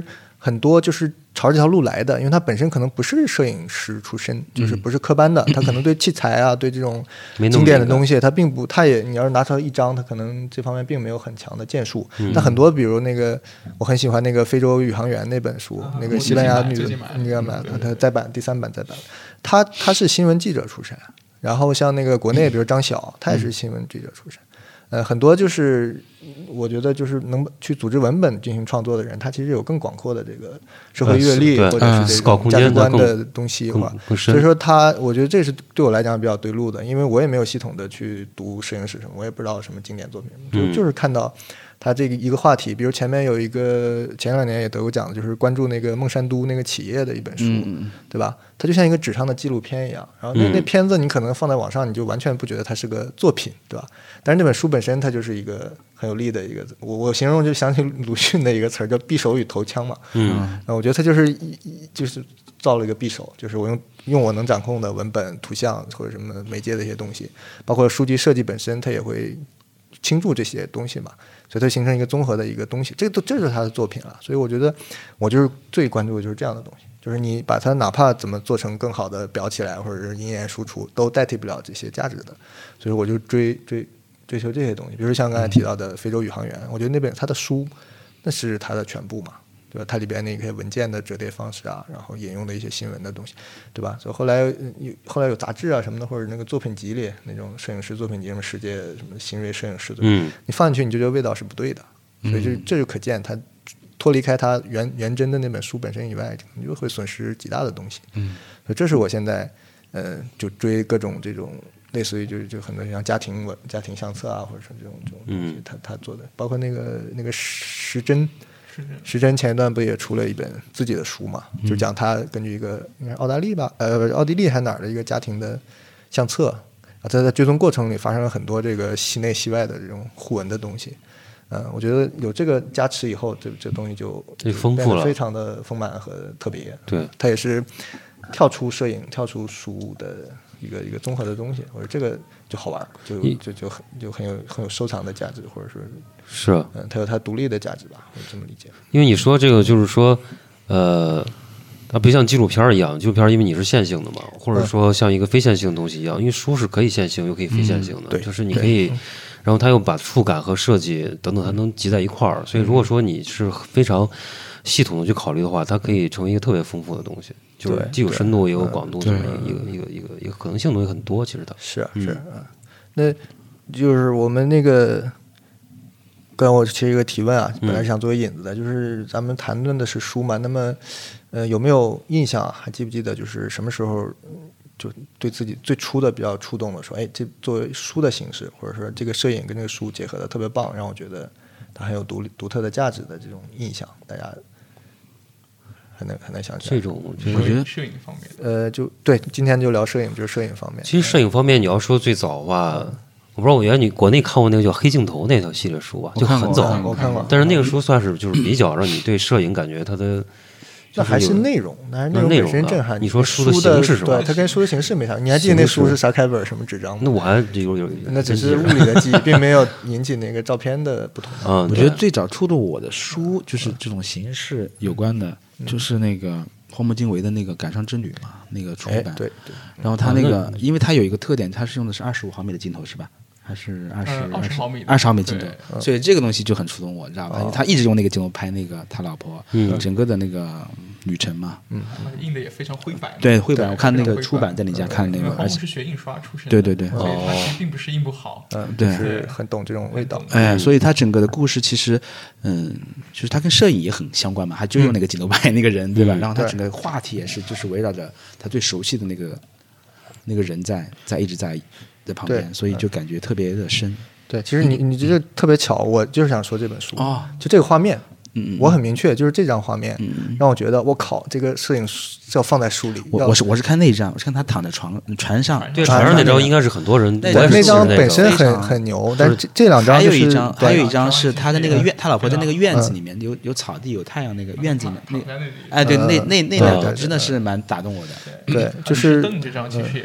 很多就是朝这条路来的，因为他本身可能不是摄影师出身，就是不是科班的，他可能对器材啊，对这种经典的东西，他并不，他也你要是拿出来一张，他可能这方面并没有很强的建树。但很多比如那个我很喜欢那个《非洲宇航员》那本书，那个西班牙女的那个买他再版第3版再版，他是新闻记者出身，然后像那个国内比如张晓，他也是新闻记者出身。很多就是我觉得就是能去组织文本进行创作的人，他其实有更广阔的这个社会阅历，或者是这个价值观的东西所以说我觉得这是对我来讲比较对路的，因为我也没有系统的去读摄影史什么，我也不知道什么经典作品，就是看到他这个一个话题，比如前面有一个前2年也得过奖的，就是关注那个孟山都那个企业的一本书，对吧？它就像一个纸上的纪录片一样，然后那片子你可能放在网上，你就完全不觉得它是个作品，对吧？但是那本书本身它就是一个很有力的一个，我形容就想起鲁迅的一个词儿叫匕首与头枪嘛，然后我觉得它就是造了一个匕首，就是我用我能掌控的文本、图像或者什么媒介的一些东西，包括书籍设计本身，它也会倾注这些东西嘛，所以它形成一个综合的一个东西，这就是他的作品了。所以我觉得我就是最关注的就是这样的东西，就是你把它哪怕怎么做成更好的裱起来，或者是鹰眼输出，都代替不了这些价值的。所以我就追求这些东西，比如像刚才提到的《非洲宇航员》，我觉得那本他的书那是他的全部嘛，对吧？它里边那些文件的折叠方式啊，然后引用的一些新闻的东西，对吧？所以后来有杂志啊什么的，或者那个作品集里那种摄影师作品集，什么世界什么新锐摄影师的，你放进去你就觉得味道是不对的，所以这就可见它脱离开它原真的那本书本身以外，你就会损失极大的东西。所以这是我现在就追各种这种类似于就很多像家庭相册啊，或者是这种东西，他做的，包括那个时针前一段不也出了一本自己的书嘛，就讲他根据一个应该是奥地利还哪儿的一个家庭的相册啊，在追踪过程里发生了很多这个戏内戏外的这种互文的东西。我觉得有这个加持以后，这东西就丰富了， 非常的丰满和特别。 对， 它也是跳出摄影、跳出书的一个综合的东西。我说这个就好玩，就很有收藏的价值，或者说是它有它独立的价值吧，我这么理解。 因为你说这个就是说，它不像纪录片一样，纪录片因为你是线性的嘛，或者说像一个非线性的东西一样，因为书是可以线性又可以非线性的， 对， 就是你可以。然后它又把触感和设计等等，它能集在一块儿。所以如果说你是非常系统的去考虑的话，它可以成为一个特别丰富的东西，就是既有深度也有广度，这么一个可能性东西很多。其实它是那就是我们那个跟我其实一个提问啊，本来是想作为引子的，就是咱们谈论的是书嘛，那么有没有印象？还记不记得就是什么时候？就对自己最初的比较触动的说，这作为书的形式，或者说这个摄影跟这个书结合的特别棒，让我觉得它很有独特的价值的这种印象，大家很难想起来。 这种我觉得摄影方面就对，今天就聊摄影，就是摄影方面。 其实摄影方面，你要说最早吧，我不知道，我原来你国内看过那个叫《黑镜头》那套系列书吧，就很早， 我看过。 但是那个书算是就是比较让你对摄影感觉它的。 那还是内容，那内容本身震撼。 你说书的形式是吧？ 对，它跟书的形式没啥。你还记得那书是啥开本什么纸张吗？ 那我还有， 那只是物理的记忆，并没有引起那个照片的不同。 我觉得最早触动我的书就是这种形式有关的，就是那个荒木经惟的那个《感伤之旅》嘛，那个出版。 对。 然后它那个，因为它有一个特点，它是用的是25毫米的镜头，是吧？还是 20毫米 20毫米镜头，所以这个东西就很触动我，知道吧？他一直用那个镜头拍那个他老婆整个的那个旅程嘛。 印的也非常灰白。 对，灰白。我看那个出版在你家看那个， 而且是学印刷出身的。 对。 所以他其实并不是印不好。 对， 是很懂这种味道。 所以他整个的故事其实，就是他跟摄影也很相关嘛，他就用那个镜头拍那个人，对吧？然后他整个话题也是，就是围绕着他最熟悉的那个人一直在旁边，所以就感觉特别的深。 对，其实你这个特别巧，我就是想说这本书就这个画面，我很明确，就是这张画面让我觉得，我靠，这个摄影是要放在书里。 我是看那张，我是看他躺在船上， 对，船上那张应该是很多人。 那张本身很牛，但是这两张还有一张是他的那个他老婆在那个院子里面，有草地有太阳那个院子里面，对，那两张真的是蛮打动我的。 对，就是邓这张其实也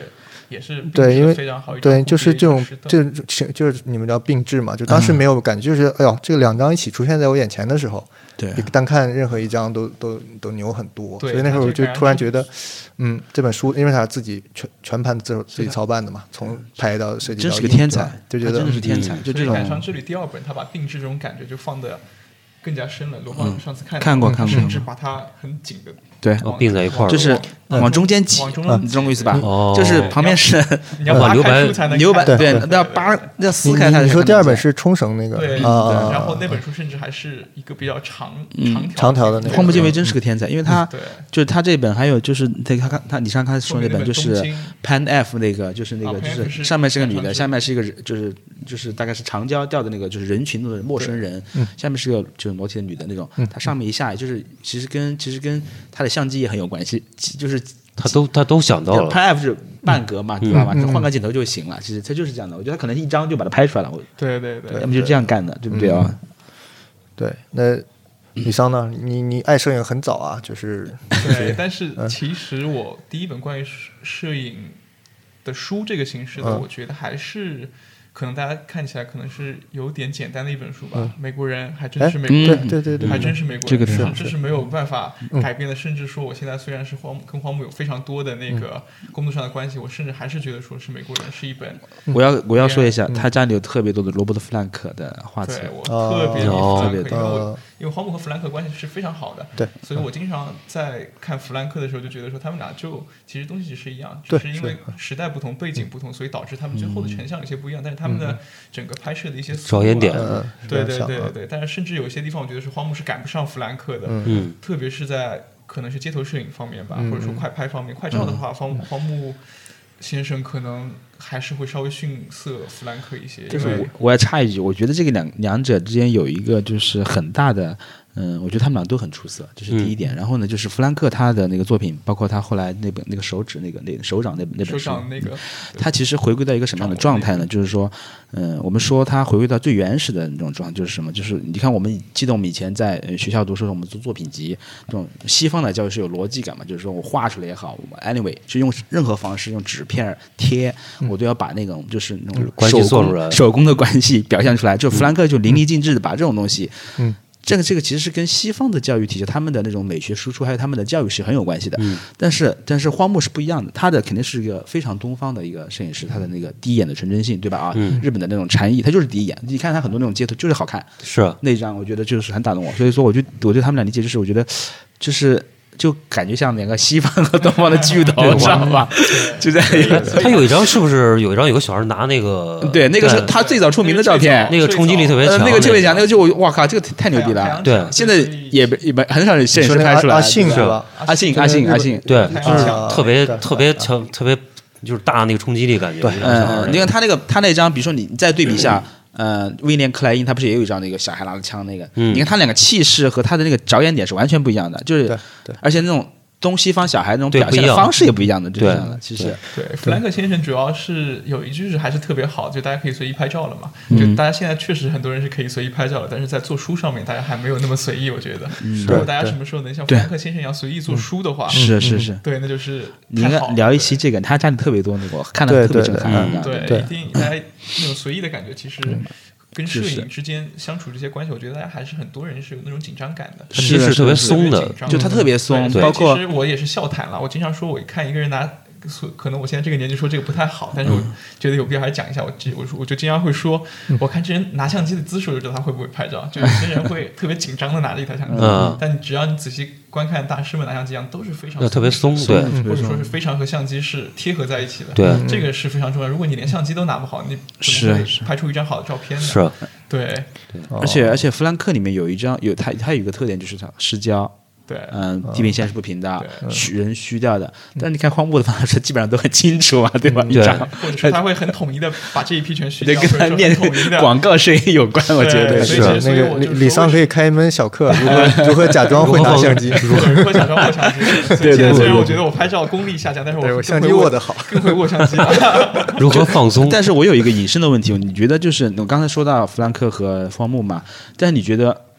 也是对，因为非常好一对，就是这种就是你们叫并置嘛，就当时没有感觉，就是哎呦，这个2张一起出现在我眼前的时候， 对， 比单看任何一张都牛很多，所以那时候就突然觉得，这本书因为他自己全盘自己操办的嘛，从拍到设计到真是个天才， 就觉得真的是天才，就这种。 《感伤之旅》第2本，他把并置这种感觉就放的更加深了。罗胖上次看过， 甚至把它很紧的对并在一块儿， 就是往中间挤，你懂我意思吧？就是旁边是你要扒开书才能牛白，对，要撕开它。 你说第2本是冲绳那个， 对，然后那本书甚至还是一个比较长条的那个。 荒木经惟真是个天才，因为他就是他这本，还有就是他李尚刚才说那本就是 Pan F 那个，就是上面是个女的，下面是一个就是大概是长焦调的那个，就是人群的陌生人，下面是个就是裸体的女的那种，它上面一下就是其实跟他的相机也很有关系，就是他都想到了。 Pan F 是半格嘛，知道吧？换个镜头就行了。其实他就是这样的，我觉得他可能一张就把它拍出来了。 对， 要么就这样干的，对不对啊？ 对，那李桑呢？你爱摄影很早啊，就是对，但是其实我第一本关于摄影的书这个形式的，我觉得还是。可能大家看起来可能是有点简单的一本书吧，美国人还真是美国人， 对， 还真是美国人， 这个这是没有办法改变的。甚至说，我现在虽然是跟荒木有非常多的那个工作上的关系，我甚至还是觉得说是美国人是一本。 我要说一下，他家里有特别多的罗伯特·弗兰克的画册， 对我特别因为荒木和弗兰克关系是非常好的， 对， 所以我经常在看弗兰克的时候就觉得说他们俩其实东西是一样，只是因为时代不同、背景不同，所以导致他们最后的成像有些不一样，但是他们的整个拍摄的一些着眼点， 对，但是甚至有一些地方，我觉得是荒木是赶不上弗兰克的，特别是在可能是街头摄影方面吧，或者说快拍方面，快照的话，荒木先生可能还是会稍微逊色弗兰克一些。 就是我要插一句，我觉得这个两者之间有一个就是很大的。我觉得他们俩都很出色，这是第一点。然后呢，就是弗兰克他的那个作品，包括他后来那个手指那个手掌那本书，他其实回归到一个什么样的状态呢？就是说，我们说他回归到最原始的那种状态，就是什么？就是你看，我们记得我们以前在学校读书，我们做作品集，这种西方的教育是有逻辑感嘛？就是说我画出来也好 ，anyway， 是用任何方式，用纸片贴，我都要把那种就是那种关系做出来， 手工的关系表现出来。就弗兰克就淋漓尽致的把这种东西，这个其实是跟西方的教育体系、他们的那种美学输出，还有他们的教育是很有关系的。但是荒木是不一样的，他的肯定是一个非常东方的一个摄影师，他的那个第一眼的纯真性，对吧？日本的那种禅意，他就是第一眼。你看他很多那种街头就是好看， 是那张我觉得就是很打动我。所以说，我对他们俩理解就是，我觉得就感觉像两个西方和东方的巨头，知道吧？就在他有一张是不是有个小孩拿那个？ 对，那个是他最早出名的照片， 那个冲击力特别强， 那个特别强，那个就哇靠，这个太牛逼了！ 对， 现在也很少有摄影师拍出来。 阿信是吧？ 阿信， 对，就是特别强，特别就是大那个冲击力感觉。 对，你看他那张，比如说你再对比一下。威廉克莱因他不是也有一张那个小孩拿着枪那个？你看他两个气势和他的那个着眼点是完全不一样的，就是而且那种东西方小孩那种表现的方式也不一样的，对，其实对弗兰克先生主要是有一句是还是特别好，就大家可以随意拍照了嘛。就大家现在确实很多人是可以随意拍照了，但是在做书上面大家还没有那么随意，我觉得。如果大家什么时候能像弗兰克先生一样随意做书的话， 是， 对，那就是你应该聊一期这个，他家里特别多那个，看得特别震撼。 对，一定大家那种随意的感觉，其实。跟摄影之间相处这些关系，我觉得大家还是很多人是有那种紧张感的， 是特别松的， 就他特别松， 包括其实我也是笑谈了。我经常说，我看一个人拿，可能我现在这个年纪说这个不太好，但是我觉得有必要还是讲一下。我就经常会说，我看这人拿相机的姿势，我就知道他会不会拍照。就有些人会特别紧张的拿着一台相机，但只要你仔细观看大师们拿相机一样，都是非常特别松，对， 或者说是非常和相机是贴合在一起的。 对， 这个是非常重要。如果你连相机都拿不好，你怎么会拍出一张好的照片呢？ 是， 对， 而且弗兰克里面有一张他有一个特点就是他失焦。 对， 地平线是不平的，人虚掉的。但你看荒木的方式基本上都很清楚嘛，对吧？ 对， 或者说他会很统一的把这一批全虚掉， 跟他念广告摄影有关，我觉得是。 那个李桑可以开一门小课，如何假装会拿相机， 如何假装握相机。对，虽然我觉得我拍照功力下降，但是我相机握得好， 更会握相机。 如何放松？ 但是我有一个引申的问题，你觉得就是我刚才说到弗兰克和荒木嘛，但是你觉得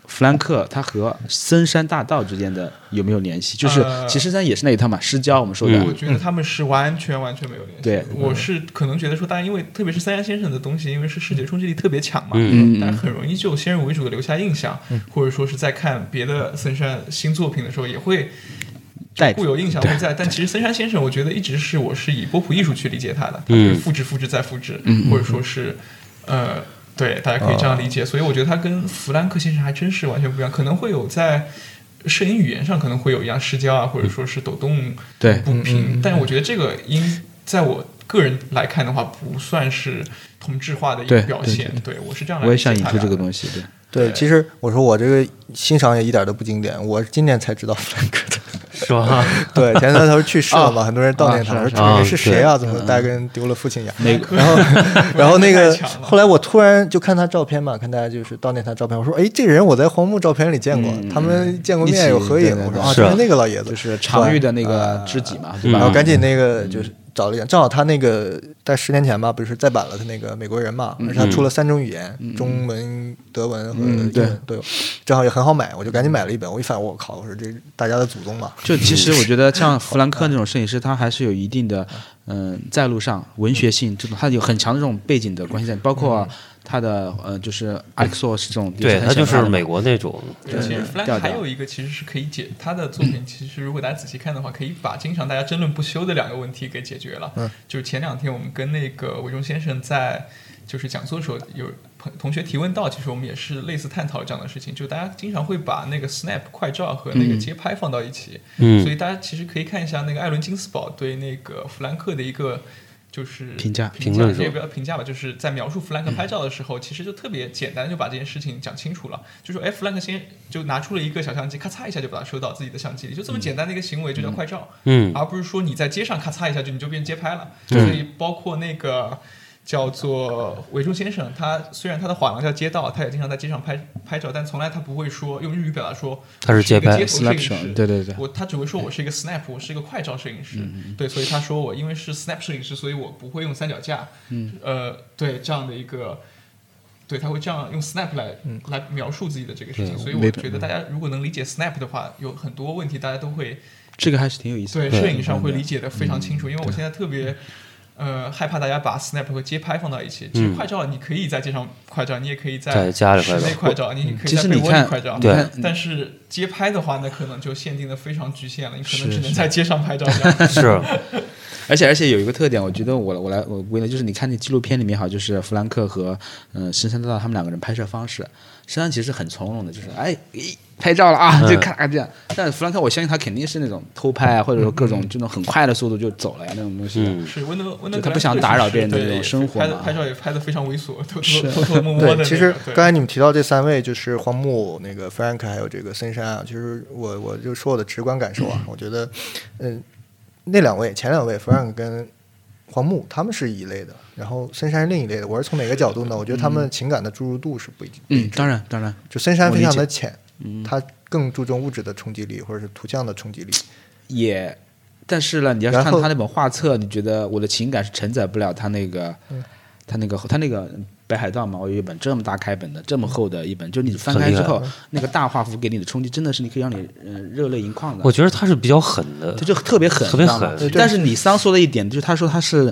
弗兰克他和森山大道之间的有没有联系？就是其实山也是那一套嘛，失焦我们说的。 我觉得他们是完全没有联系。 对， 我是可能觉得说，当然因为特别是森山先生的东西，因为是视觉冲击力特别强嘛，但很容易就先入为主的留下印象，或者说是在看别的森山新作品的时候也会。固有印象会在，但其实森山先生，我觉得一直是我是以波普艺术去理解他的，他是复制再复制，或者说是对，大家可以这样理解。所以我觉得他跟弗兰克先生还真是完全不一样，可能会有在摄影语言上可能会有一样失焦啊，或者说是抖动不平，但我觉得这个在我个人来看的话，不算是同质化的一个表现。对，我是这样来理解他的。 我也想引出这个东西， 对，其实我说我这个欣赏也一点都不经典，我今年才知道弗兰克的。 是吧？ 对，前段他不是去世了嘛，很多人悼念他，说这个人是谁啊？怎么大家跟丢了父亲一样？然后那个后来我突然就看他照片嘛，看大家就是悼念他照片，我说哎，这个人我在黄木照片里见过，他们见过面有合影，我说啊，就是那个老爷子， 就是常玉的那个知己嘛，对吧？ 然后赶紧那个就是找了一下，正好他那个在10年前吧，不是再版了他那个美国人嘛，而且他出了3种语言，中文、德文和英文都有，正好也很好买，我就赶紧买了一本。我一翻，我靠，我说这大家的祖宗嘛。 就其实我觉得像弗兰克那种摄影师，他还是有一定的在路上文学性，这种他有很强的这种背景的关系在，包括他的就是艾克索是这种， 对他就是美国那种。 其实弗兰克还有一个其实是可以解他的作品，其实如果大家仔细看的话，可以把经常大家争论不休的2个问题给解决了。就是前2天我们跟那个韦忠先生在就是讲座的时候，有同学提问到，其实我们也是类似探讨这样的事情，就大家经常会把那个 snap 快照和那个街拍放到一起，所以大家其实可以看一下那个艾伦金斯堡对那个弗兰克的一个。就是评论也不要评价吧，就是在描述弗兰克拍照的时候，其实就特别简单，就把这件事情讲清楚了。就说，弗兰克先就拿出了一个小相机，咔嚓一下就把它收到自己的相机里，就这么简单的一个行为就叫快照，而不是说你在街上咔嚓一下你就变街拍了。所以包括那个叫做韦忠先生，他虽然他的画廊叫街道，他也经常在街上拍照，但从来他不会说用日语表达说他是街拍街头摄影师， 对， 他只会说我是一个 snap， 我是一个快照摄影师，对，所以他说我因为是 snap 摄影师，所以我不会用三脚架，对这样的一个。对，他会这样用 snap 来描述自己的这个事情，所以我觉得大家如果能理解 snap 的话，有很多问题大家都会这个还是挺有意思的， 对摄影上会理解的非常清楚，因为我现在特别害怕大家把 snap 和街拍放到一起。其实快照你可以在街上快照，你也可以在家里室内快照，你可以在被窝里快照。 对， 但是街拍的话，那可能就限定的非常局限了，你可能只能在街上拍照。 是。 而且有一个特点，我觉得我为了就是你看那纪录片里面好，就是弗兰克和深山大道他们2个人拍摄方式，深山其实很从容的，就是拍照了啊，就咔这样。但弗兰克我相信他肯定是那种偷拍啊，或者说各种这种很快的速度就走了呀那种东西。 是温德他不想打扰别人的这种生活嘛。 拍照也拍得非常猥琐，偷偷摸摸的。 对，其实刚才你们提到这3位，就是荒木、那个弗兰克还有这个森山啊，其实我就说我的直观感受啊，我觉得那前两位弗兰克跟荒木他们是一类的，然后森山是另一类的。我是从哪个角度呢？我觉得他们情感的注入度是不一致。 当然， 就森山非常的浅，他更注重物质的冲击力或者是图像的冲击力。 但是呢，你要是看他那本画册，你觉得我的情感是承载不了他那个北海道嘛，我有一本这么大开本的这么厚的一本，就你翻开之后，那个大画幅给你的冲击真的是你可以让你热泪盈眶的。 我觉得他是比较狠的， 就特别狠，特别狠。但是你桑说的一点就是他说他是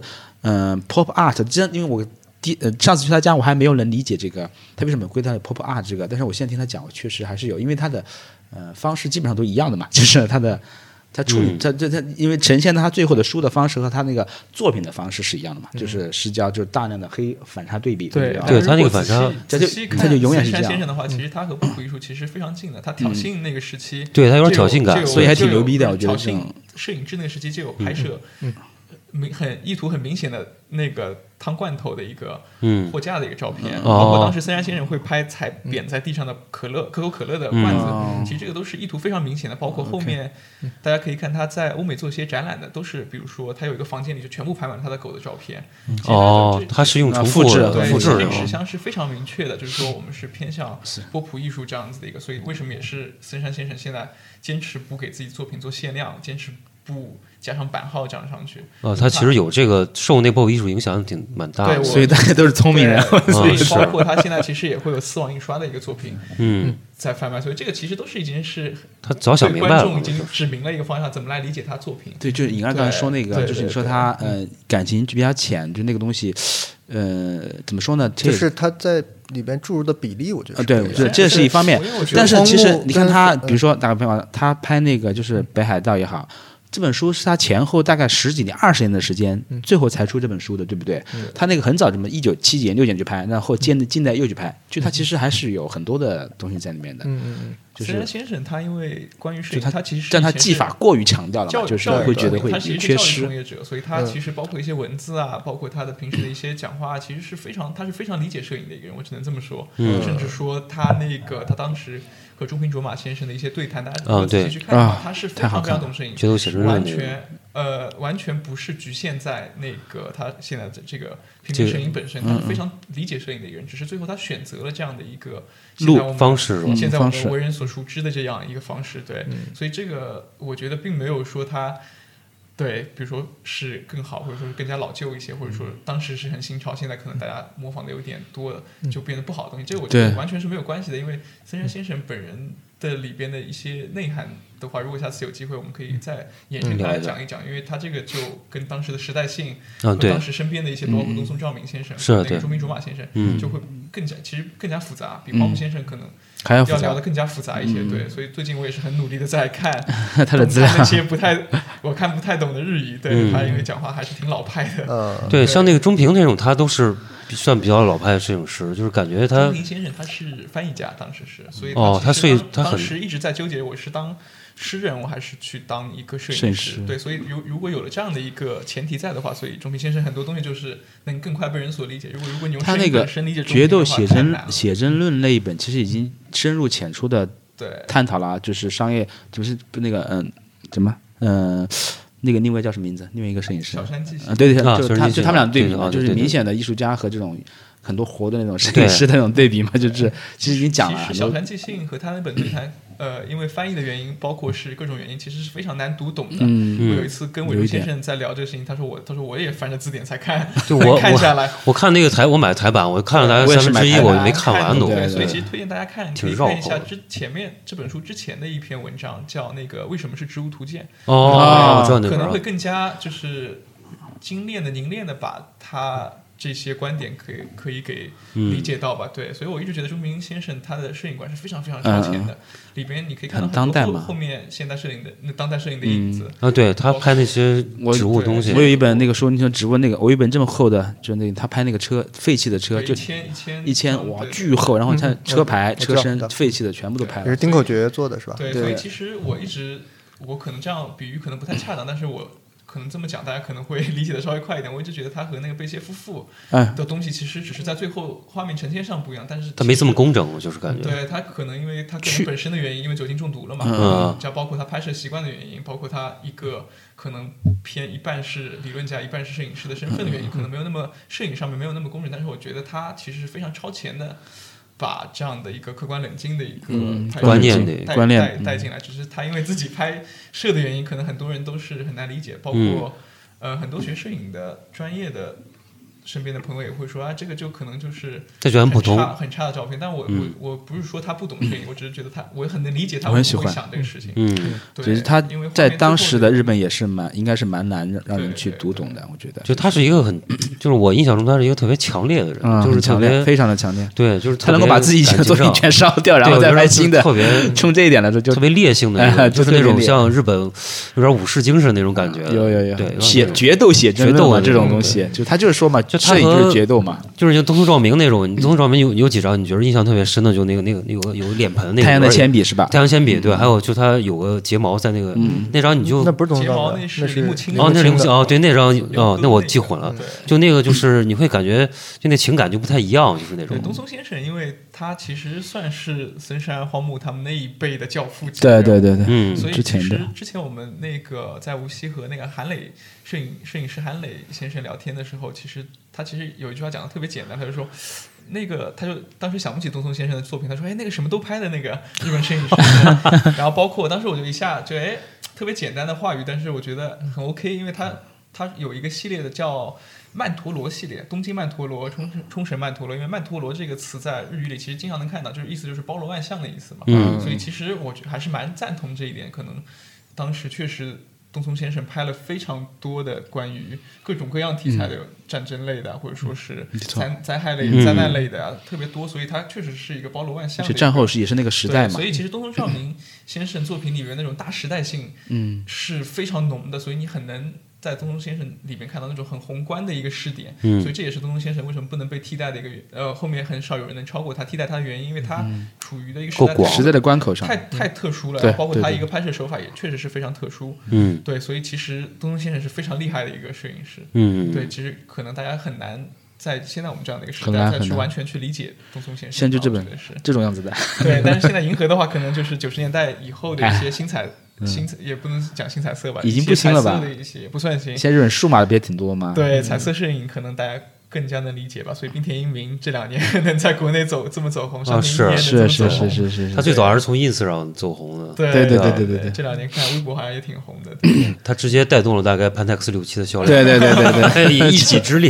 pop art， 因为我上次去他家我还没有能理解这个他为什么归他的 pop art 这个，但是我现在听他讲，我确实还是有，因为他的方式基本上都一样的嘛，就是他处理他因为呈现他最后的书的方式和他那个作品的方式是一样的嘛，就是失焦，就是大量的黑反差对比。 对他那个反差， 他就永远是这样。 先生的话，其实他和波普艺术其实非常近的，他挑衅那个时期， 对他有点挑衅感， 所以还挺牛逼的。我觉得挑衅摄影志那个时期就有拍摄，意图很明显的那个汤罐头的一个货架的一个照片，包括当时森山先生会拍踩扁在地上的可口可乐的罐子，其实这个都是意图非常明显的。包括后面大家可以看他在欧美做一些展览的，都是比如说他有一个房间里就全部排满他的狗的照片。 他是用复制的， 对，这个指向是非常明确的，就是说我们是偏向波普艺术这样子的一个，所以为什么也是森山先生现在坚持不给自己作品做限量，坚持部加上版号这样上去。 他其实有这个受那部艺术影响蛮大的， 所以大家都是聪明人。 所以包括他现在其实也会有丝网印刷的一个作品，在贩卖。所以这个其实都是已经是他早想明白了， 观众已经指明了一个方向，怎么来理解他作品。 对，就是颖儿刚才说那个，就是你说他感情比较浅，就那个东西，怎么说呢？ 就是他在里边注入的比例，我觉得对，这是一方面。但是其实你看他，比如说打个比方，他拍那个就是北海道也好。这本书是他前后大概10几年、20年的时间，最后才出这本书的，对不对？他那个很早，这么1970年、6年去拍，然后近代又去拍，就他其实还是有很多的东西在里面的。 虽然先生他因为关于摄影，他其实但他技法过于强调了嘛，就是会觉得会缺失。 从业者，所以他其实包括一些文字啊，包括他的平时的一些讲话，其实是他是非常理解摄影的一个人，我只能这么说。甚至说他当时和中平卓马先生的一些对谈，大家仔细去看的话，他是非常非常懂摄影，完全不是局限在那个他现在的这个平面摄影本身，他是非常理解摄影的一个人，只是最后他选择了这样的一个方式， 现在我们为人所熟知的这样一个方式。对，所以这个我觉得并没有说他对，比如说是更好，或者说是更加老旧一些，或者说当时是很新潮，现在可能大家模仿的有点多了，就变得不好的东西。这个我觉得完全是没有关系的，因为森山先生本人的里边的一些内涵的话，如果下次有机会，我们可以再延伸开来讲一讲，因为他这个就跟当时的时代性，和当时身边的一些，包括东松照明先生、那个中平卓马先生，就会其实更加复杂，比荒木先生可能要聊得更加复杂一些。对，所以最近我也是很努力的在看他的资料， 那些我看不太懂的日语。对，他因为讲话还是挺老派的。 对，像那个中平那种，他都是算比较老派的摄影师，就是感觉他。 中平先生他是翻译家，当时是，所以他当时一直在纠结，我是当诗人，我还是去当一个摄影师。对，所以如果有了这样的一个前提在的话，所以中平先生很多东西就是能更快被人所理解。如果你用摄影本身理解中平的话， 决斗写真论那一本，其实已经深入浅出的探讨了，就是商业，就是那个什么那个另外叫什么名字？另外一个摄影师小山纪信。 对，就他们俩对比嘛，就是明显的艺术家和这种很多活的那种摄影师的那种对比嘛，就是其实已经讲了。 其实小山纪信和他那本对谈，因为翻译的原因，包括是各种原因，其实是非常难读懂的。我有一次跟韦如先生在聊这个事情，他说我也翻着字典才看，看下来。 我看那个我买台版，我看了大概1/3，我没看完都。 所以其实推荐大家看，可以看一下前面这本书之前的一篇文章，叫那个为什么是植物图鉴。 我知道那个。 可能会更加就是精炼的、凝练的把它这些观点可以给理解到吧。对，所以我一直觉得中平先生他的摄影观是非常非常超前的，里边你可以看到很多后面现代摄影的当代摄影的影子。 对，他拍那些植物东西。 我有一本那个书，你说植物那个，我有一本这么厚的，就那个他拍那个车废弃的车，就1000哇巨厚，然后看车牌、车身废弃的全部都拍了。 也是丁口诀做的是吧？ 对，所以其实我可能这样比喻可能不太恰当，但是我可能这么讲，大家可能会理解的稍微快一点。我一直觉得他和那个贝谢夫妇的东西，其实只是在最后画面呈现上不一样，但是他没这么工整，我就是感觉。 对，他可能因为他个人本身的原因，因为酒精中毒了嘛，包括他拍摄习惯的原因，包括他一个可能偏一半是理论家，一半是摄影师的身份的原因，可能没有那么摄影上面没有那么工整，但是我觉得他其实是非常超前的。把这样的一个客观冷静的一个观念带进来，只是他因为自己拍摄的原因，可能很多人都是很难理解，包括很多学摄影的专业的身边的朋友也会说这个就可能就是很差的照片。但我不是说他不懂摄影，我只是觉得我很能理解他为什么会想这个事情。 其实他在当时的日本也是应该是蛮难让人去读懂的，我觉得。 就他是一个就是我印象中他是一个特别强烈的人，就是强烈，非常的强烈。 对，就是他能够把自己以前的作品全烧掉，然后再拍新的， 特别冲这一点来说就特别烈性的，就是那种像日本有点武士精神那种感觉。 有， 对， 决斗写真嘛这种东西，就他就是说嘛，就摄影就是决斗嘛， 就是像东松照明那种。东松照明有几张你觉得印象特别深的，就那个有脸盆那个太阳的铅笔是吧？ 太阳铅笔对，还有就他有个睫毛在那个那张，你就那不是睫毛，那是铃木清那是铃木清对那张那我记混了，就那个就是你会感觉就那情感就不太一样，就是那种。 对，东松先生，因为他其实算是森山荒木他们那一辈的教父级。 对， 所以之前我们那个在无锡和那个韩磊摄影师韩磊先生聊天的时候，他其实有一句话讲的特别简单，他就说那个他就当时想不起东松先生的作品，他说那个什么都拍的那个日本摄影师，然后包括当时我就一下就特别简单的话语，但是我觉得很 OK， 因为它有一个系列的叫曼陀罗系列，东京曼陀罗、冲绳曼陀罗。因为曼陀罗这个词在日语里其实经常能看到，就是意思就是包罗万象的意思嘛。所以其实我觉得还是蛮赞同这一点。可能当时确实东松先生拍了非常多的关于各种各样题材的战争类的，或者说是灾害类、灾难类的特别多，所以它确实是一个包罗万象的。 而且战后也是那个时代嘛。 所以其实东松照明先生作品里面那种大时代性是非常浓的，所以你很能在东松先生里面看到那种很宏观的一个视点。所以这也是东松先生为什么不能被替代的一个后面很少有人能超过他替代他的原因，因为他处于的一个时代的关口上， 太特殊了。包括他一个拍摄手法也确实是非常特殊。对，所以其实东松先生是非常厉害的一个摄影师。对，其实可能大家很难在现在我们这样的一个时代再去完全去理解东松先生。 现在就这种样子的。 对，但是现在银河的话，可能就是90年代以后的一些新彩也不能讲新彩色吧， 已经不新了吧？ 一些也不算新。 现在这种数码的不也挺多吗？ 对，彩色摄影可能大家更加能理解吧。所以滨田英明这2年能在国内这么走红，上面是， 他最早还是从 ins 上走红的。 对，这2年看微博好像也挺红的。 他直接带动了大概 Pentax 67的销量。 对， 以一己之力。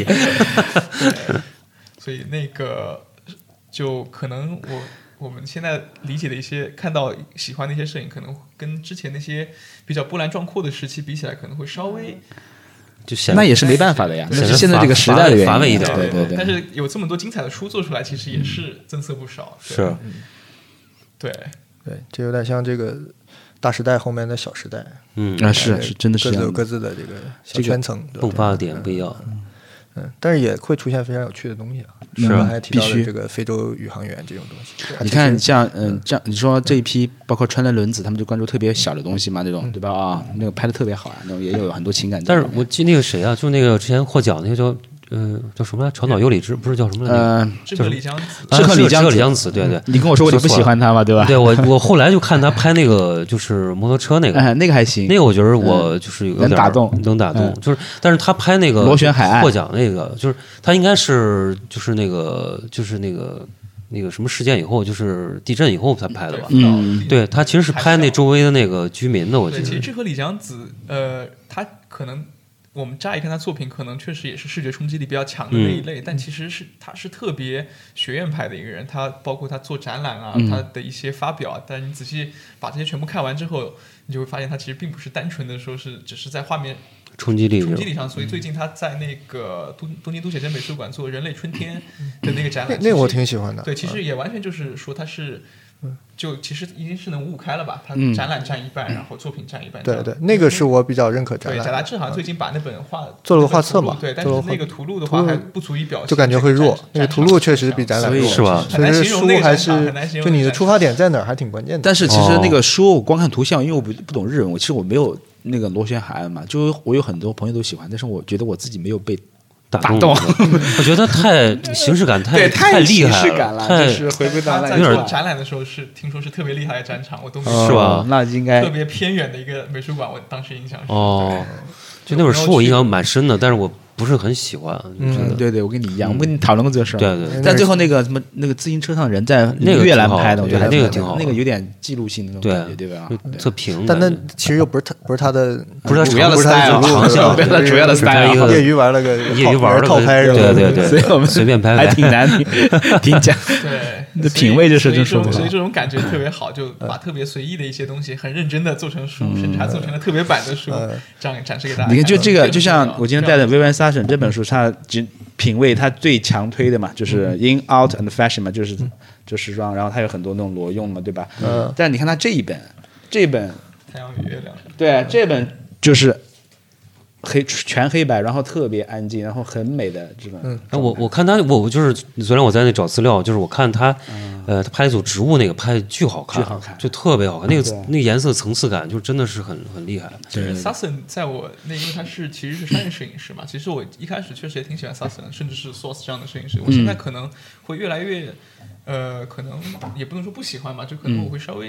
所以那个就可能我们现在理解的一些看到喜欢的一些摄影，可能跟之前那些比较波澜壮阔的时期比起来，可能会稍微那也是没办法的呀，那是现在这个时代的原因， 乏味一点。 对。 但是有这么多精彩的书做出来，其实也是增色不少。 是， 对， 这有点像这个大时代后面的小时代。 是真的是各自有各自的这个小圈层， 迸发的点不一样。 但是也会出现非常有趣的东西啊。 是刚才提到的这个非洲宇航员这种东西， 你看像这样你说这一批包括川内伦子他们就关注特别小的东西嘛，那种对吧？那个拍的特别好啊，那种也有很多情感。 但是我记那个谁啊，就那个之前获奖那个叫什么来？长岛优里之不是叫什么来？ 志贺里江子。 志贺里江子，对。 你跟我说你不喜欢他嘛，对吧？ 对，我后来就看他拍那个就是摩托车那个， 那个还行。 那个我觉得我就是有点能打动， 就是但是他拍那个螺旋海岸获奖那个，就是他应该是就是那个什么事件以后，就是地震以后才拍的吧？对，他其实是拍那周围的那个居民的，我记得。 其实志贺里江子，他可能。我们乍一看他作品，可能确实也是视觉冲击力比较强的那一类，但其实他是特别学院派的一个人。他包括他做展览啊，他的一些发表啊，但是你仔细把这些全部看完之后，你就会发现他其实并不是单纯的说是只是在画面冲击力上。所以最近他在那个东京都写真美术馆做《人类春天》的那个展览， 那我挺喜欢的。 对，其实也完全就是说他是。就其实已经是能五五开了吧？他展览占一半，然后作品占一半。 对，那个是我比较认可展览。 对，贾达志好像最近把那本画做了个画册嘛。 对，但是那个图录的话还不足以表现， 就感觉会弱。那个图录确实比展览弱， 是吧？ 很难形容那个还是就你的出发点在哪儿，还挺关键的。 但是其实那个书我光看图像，因为我不懂日文，其实我没有那个螺旋海岸嘛，就我有很多朋友都喜欢，但是我觉得我自己没有被打动。 我觉得太形式感太厉害了， 就是回归到在做展览的时候听说是特别厉害的展场，我都没是吧？ 那应该特别偏远的一个美术馆，我当时印象是就那本书我印象蛮深的，但是我不是很喜欢。 对，我跟你一样，我跟你讨论过这个事儿。 对， 但最后那个什么那个自行车上人在越南拍的，我觉得那个挺好， 那个有点记录性的那种感觉，对吧？ 特平， 但那其实又不是他的主要的 style， 长项， 不是他主要的 style， 业余玩了个套拍是吧？ 对， 所以我们随便拍还挺难评价。 对， 品味就是这种， 所以这种感觉特别好，就把特别随意的一些东西很认真的做成书，甚至还做成了特别版的书，这样展示给大家。 你看，就这个，就像我今天带的《Vivian Sasson》这本书，它品味它最强推的嘛，就是 In Out and Fashion 嘛，就是就时装，然后它有很多那种裸用嘛，对吧？但是你看它这一本太阳与月亮， 对，这本就是全黑白，然后特别安静，然后很美的这种。 我看他，我就是昨天我在那找资料，就是我看他，他拍一组植物那个拍巨好看，就特别好看，那个颜色层次感就真的是很厉害。 对 ，Sasson 在我因为他其实是商业摄影师嘛，其实我一开始确实也挺喜欢 Sasson， 甚至是 Source 这样的摄影师。我现在可能会越来越，可能也不能说不喜欢吧，就可能我会稍微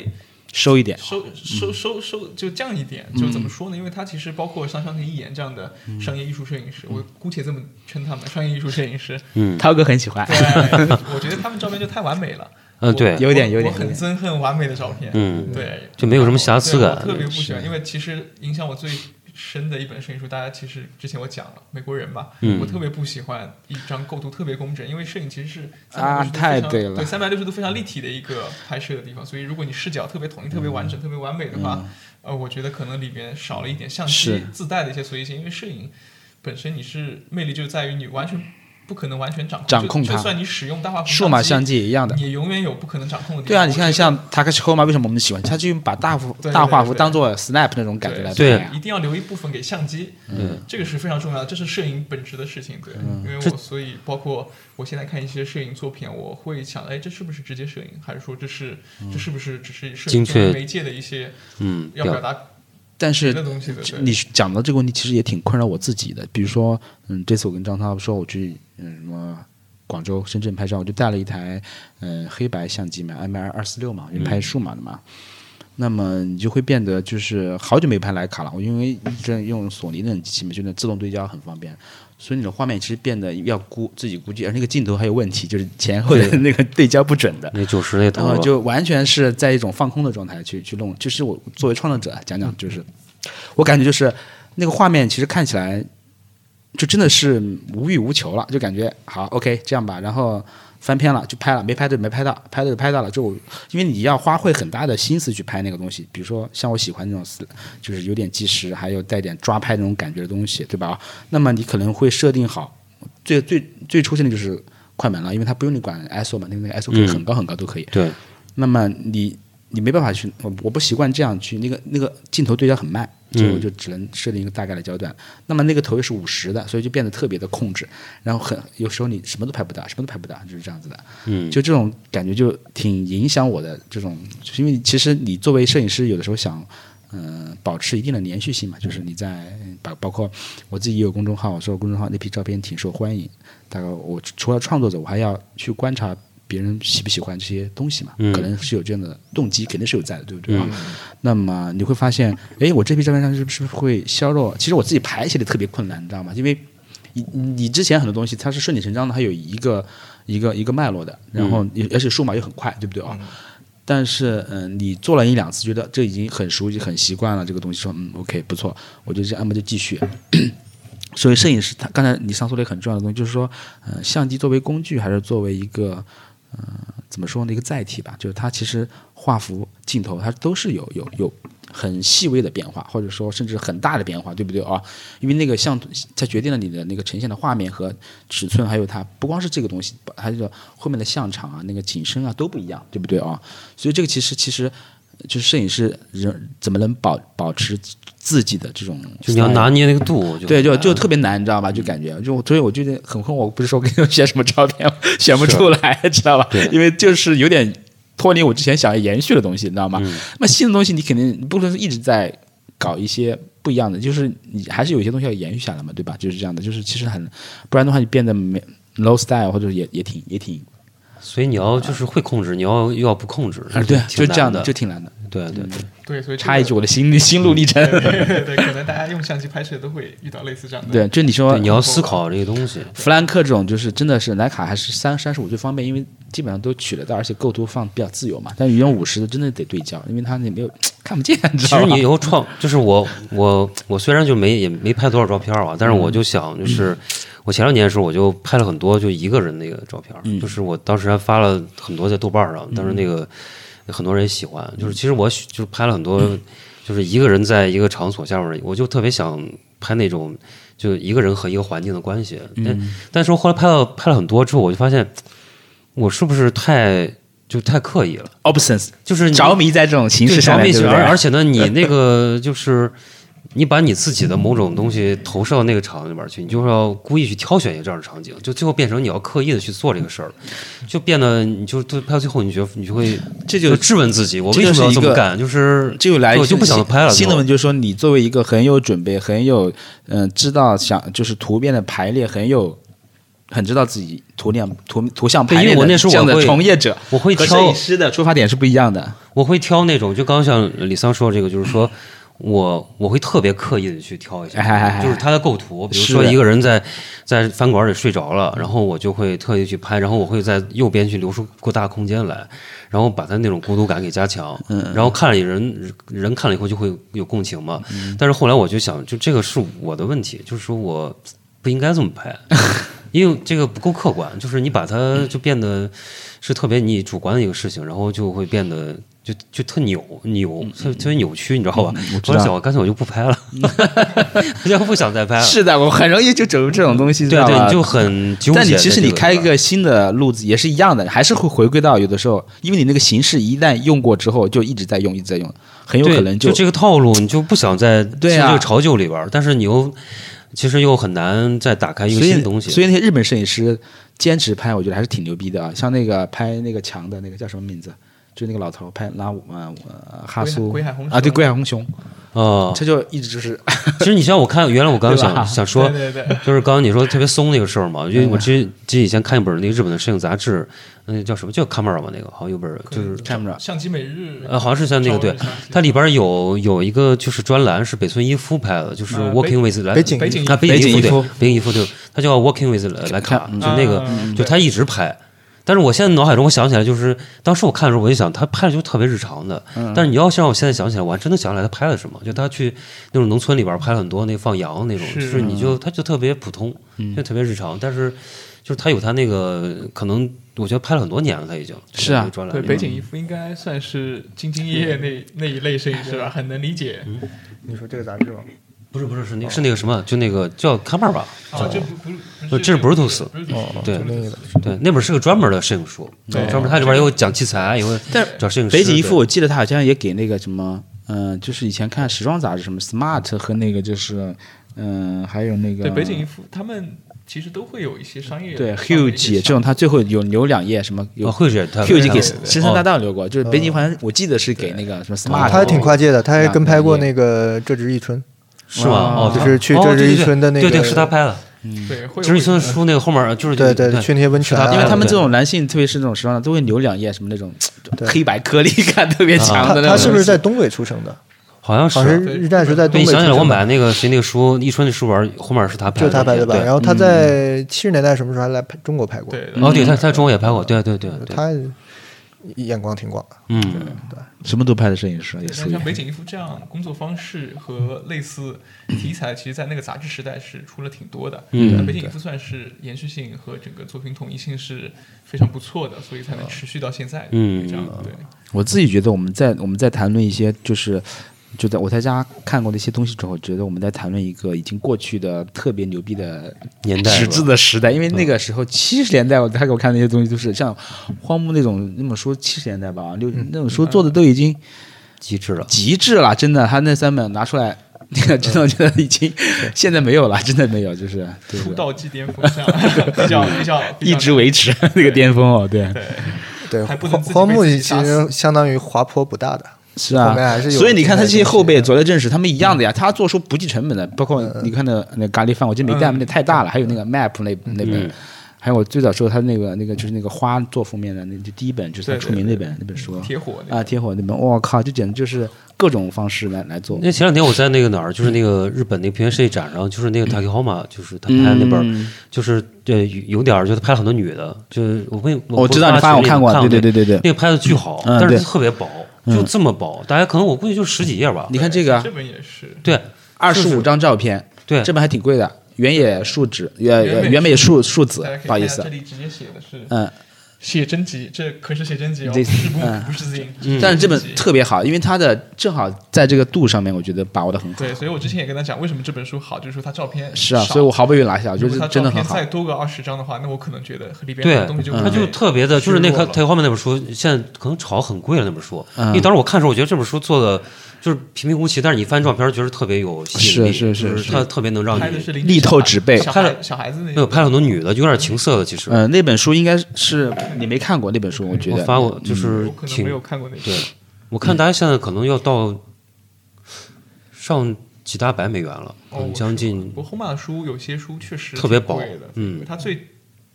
收一点， 收就降一点，就怎么说呢？因为它其实包括像上田一彦这样的商业艺术摄影师，我姑且这么称他们商业艺术摄影师。 涛哥很喜欢。 对，我觉得他们照片就太完美了。 对， 有点， 我很憎恨完美的照片。对， 就没有什么瑕疵感。 我特别不喜欢，因为其实影响我最深的一本摄影书，大家其实之前我讲了美国人嘛，我特别不喜欢一张构图特别工整，因为摄影其实是太对了， 对360度非常立体的一个拍摄的地方，所以如果你视角特别统一、特别完整、特别完美的话，我觉得可能里边少了一点相机自带的一些随意性，因为摄影本身你是魅力就在于你完全不可能完全掌控它，就算你使用大画幅数码相机也一样的， 你永远有不可能掌控的地方。 对啊，你看像Takashi Homa，为什么我们喜欢他？就把大画幅当做 snap 那种感觉来对， 一定要留一部分给相机，这个是非常重要的，这是摄影本质的事情。对，因为我所以包括我现在看一些摄影作品，我会想，哎，这是不是直接摄影，还是说这是不是只是摄影媒介的一些要表达？ 但是你讲到这个问题，其实也挺困扰我自己的。比如说，这次我跟张涛说我去什么广州、深圳拍照，我就带了一台黑白相机嘛 ，MR246嘛，因为拍数码的嘛。那么你就会变得就是好久没拍徕卡了，我因为一直用索尼那种机器嘛，就那自动对焦很方便，所以你的画面其实变得要自己估计，而那个镜头还有问题，就是前后的那个对焦不准的， 那90那头， 就完全是在一种放空的状态去弄。就是我作为创作者讲，就是我感觉就是那个画面其实看起来就真的是无欲无求了，就感觉好 OK 这样吧，然后翻篇了就拍了，没拍就没拍到，拍的就拍到了。就因为你要花费很大的心思去拍那个东西，比如说像我喜欢那种就是有点纪实，还有带点抓拍那种感觉的东西，对吧？那么你可能会设定好最出现的就是快门了，因为它不用你管 ISO 嘛，那个 ISO 可以很高很高都可以。 对。 那么你没办法去，我不习惯这样去，那个镜头对焦很慢，所以我就只能设定一个大概的焦段。那么那个头又是50的，所以就变得特别的控制，然后有时候你什么都拍不到，就是这样子的。就这种感觉就挺影响我的这种，就是因为其实你作为摄影师，有的时候想保持一定的连续性嘛，就是你在包括我自己也有公众号，我说公众号那批照片挺受欢迎，大概我除了创作者，我还要去观察别人喜不喜欢这些东西嘛，可能是有这样的动机，肯定是有在的，对不对？那么你会发现，哎，我这批照片上是不是会削弱？其实我自己排起来特别困难，你知道吗？因为你之前很多东西它是顺理成章的，它有一个脉络的，然后而且数码又很快，对不对啊？但是你做了1-2次，觉得这已经很熟悉、很习惯了，这个东西说OK 不错，我就这样，那么就继续。所以摄影师他刚才你上说了一个很重要的东西，就是说相机作为工具还是作为一个怎么说呢？一个载体吧，就是它其实画幅、镜头它都是有很细微的变化，或者说甚至很大的变化，对不对啊？因为那个它决定了你的那个呈现的画面和尺寸，还有它不光是这个东西，还有后面的相场啊、那个景深啊都不一样，对不对啊？所以这个其实就是摄影师人怎么能保持自己的这种， 就你要拿捏那个度， 对，就特别难，你知道吧？就感觉所以我觉得很困惑，我不是说给你选什么照片选不出来，知道吧？因为就是有点脱离我之前想要延续的东西，你知道吗？那么新的东西你肯定不能一直在搞一些不一样的，就是你还是有一些东西要延续下来嘛，对吧？就是这样的，就是其实不然的话你变得low style 或者也挺。 所以你要就是会控制，你又要不控制， 对，就这样的，就挺难的。 对，所以插一句我的心路历程。 对，可能大家用相机拍摄都会遇到类似这样的。 对，就你说你要思考这个东西。 弗兰克这种就是真的是徕卡还是35最方便，因为基本上都取得到，而且构图放比较自由嘛。但是你用50的真的得对焦，因为它那没有看不见，你知道吗？ 其实你以后就是我虽然就也没拍多少照片啊，但是我就想就是我前2年的时候我就拍了很多就一个人那个照片，就是我当时还发了很多在豆瓣上，但是那个很多人也喜欢，就是其实我就是拍了很多，就是一个人在一个场所下面，我就特别想拍那种就一个人和一个环境的关系。但是我后来拍了很多之后，我就发现我是不是太刻意了 ，obsession 就是着迷在这种形式上面，对不对？ 而且呢，你那个就是你把你自己的某种东西投射到那个场景里边去，你就是要故意去挑选一个这样的场景，就最后变成你要刻意的去做这个事儿，就变得你就拍到最后，你就会这就质问自己，我为什么要这么干？就是我就不想拍了。 新的问题就是说，你作为一个很有准备、很有知道就是图片的排列很有很知道自己图像排列的这样的从业者， 我会挑和摄影师的出发点是不一样的。 我会挑那种，就刚刚像李桑说这个，就是说。我会特别刻意的去挑一下，就是他的构图，比如说一个人在饭馆里睡着了，然后我就会特意去拍，然后我会在右边去留出过大空间来，然后把他那种孤独感给加强，然后看了人看了以后就会有共情嘛。但是后来我就想，就这个是我的问题，就是说我不应该这么拍，因为这个不够客观，就是你把它就变得是特别你主观的一个事情，然后就会变得。就特扭，特别扭曲，你知道吧？我想，干脆我就不拍了，我就不想再拍了。 是的，我很容易就走入这种东西， 对，你就很纠结。 但你其实你开一个新的路子也是一样的，还是会回归到有的时候，因为你那个形式一旦用过之后，就一直在用，很有可能就这个套路，你就不想再进这个潮旧里边，但是你又其实又很难再打开一个新东西。 所以那些日本摄影师坚持拍，我觉得还是挺牛逼的啊。像那个拍那个墙的那个叫什么名字？就那个老头拍拉哈苏龟海红啊，对，龟海红熊哦， 这就一直就是。 其实你像我看，原来我刚刚想说， 对， 就是刚刚你说特别松那个事儿嘛，因为我记以前看一本那个日本的摄影杂志，那叫什么叫 Camera 嘛，那个好像有本就是 Camera 相机每日， 好像是像那个对，它里边有一个就是专栏是北村一夫拍的，就是 Walking with 北京一夫对，他叫 Walking with 莱卡，就那个就他一直拍。但是我现在脑海中我想起来，就是当时我看的时候，我就想他拍的就特别日常的。但是你要是让我现在想起来，我还真的想起来他拍了什么。就他去那种农村里边拍了很多那放羊那种，就是他就特别普通，就特别日常。但是就是他有他那个可能，我觉得拍了很多年了，他已经是啊。 对，北井一夫应该算是兢兢业业那一类摄影师吧，很能理解。 你说这个杂志吗？ 不是那个什么，就那个叫看板吧？这是 Brutus， 对，那本是个专门的摄影书，专门它里边有讲器材，有找摄影师。 北井一夫，我记得他好像也给那个什么，就是以前看时装杂志什么 Smart 和那个就是，还有那个。 对，北井一夫他们其实都会有一些商业。 对 ，Huge 这种他最后有留2页什么 ，Huge 给深山大道留过，就是北井好像我记得是给那个什么 Smart。 他还挺跨界的，他还跟拍过那个这直一春。 是吗？ 就是去这直一村的那个， 对，是他拍的。 对， 这是一村书那个后面就是对，去那些温泉， 因为他们这种男性，特别是那种时装，都会留2页什么那种黑白颗粒感特别强的。 他是不是在东北出生的？ 好像是日战是在东北。 你想起来，我买那个谁那个书，一春的书本后面是他拍的， 就是他拍的吧？然后他在70年代什么时候还来中国拍过？ 对， 对，他在中国也拍过，对， 他眼光挺广的， 对，什么都拍的摄影师也是。 像北井一夫这样工作方式和类似题材，其实，在那个杂志时代是出了挺多的。北井一夫算是延续性和整个作品统一性是非常不错的，所以才能持续到现在。这样对。 我自己觉得我们在谈论一些就在我在家看过的一些东西之后，觉得我们在谈论一个已经过去的特别牛逼的年代、 纸质的时代。因为那个时候70年代，他给我看那些东西都是像荒木那种书，70年代吧，那种书做的都已经极致了，真的。他那3本拿出来，那个真的觉得已经现在没有了，真的没有，就是出道即巅峰，比较一直维持那个巅峰哦，对， 荒木其实相当于滑坡不大的。 是啊，所以你看他这些后辈佐田正史他们一样的呀，他做书不计成本的，包括你看那咖喱饭，我记得没带，那太大了，还有那个 map 那本，还有我最早时候他那个就是那个花做封面的，那就第一本就是他出名那本书， 铁火那本，我靠，就简直就是各种方式来做。 那前2天我在那个哪儿，就是那个日本那个平原设计展上，就是那个 Takahama，就是他拍那本，就是对有点就他拍了很多女的，就是我知道你发我看过，对， 那个拍的巨好，但是特别薄。就这么薄，大家可能我估计就10几页吧。 你看这个， 这本也是对 ，25张照片， 对， 这本还挺贵的，原野树脂，原美树子，不好意思， 这里直接写的是写真集，这可是写真集哦，不是 zine。 但是这本特别好，因为它的正好在这个度上面，我觉得把握的很好。 对，所以我之前也跟他讲，为什么这本书好，就是说它照片是啊，所以我毫不犹豫拿下，我觉得真的很好。 再多个20张的话，那我可能觉得里边的东西就它就特别的，就是那个他后面那本书，现在可能炒很贵了那本书，因为当时我看的时候，我觉得这本书做的就是平平无奇，但是你翻照片觉得特别有吸引力， 是它特别能让你力透纸背， 拍了小孩子那个，拍了很多女的，就有点情色的，其实。 那本书应该是你没看过那本书，我觉得我发过，就是挺没有看过那个。 对，我看大家现在可能要到上几大百美元了，将近。 不过后面的书有些书确实特别薄， 它最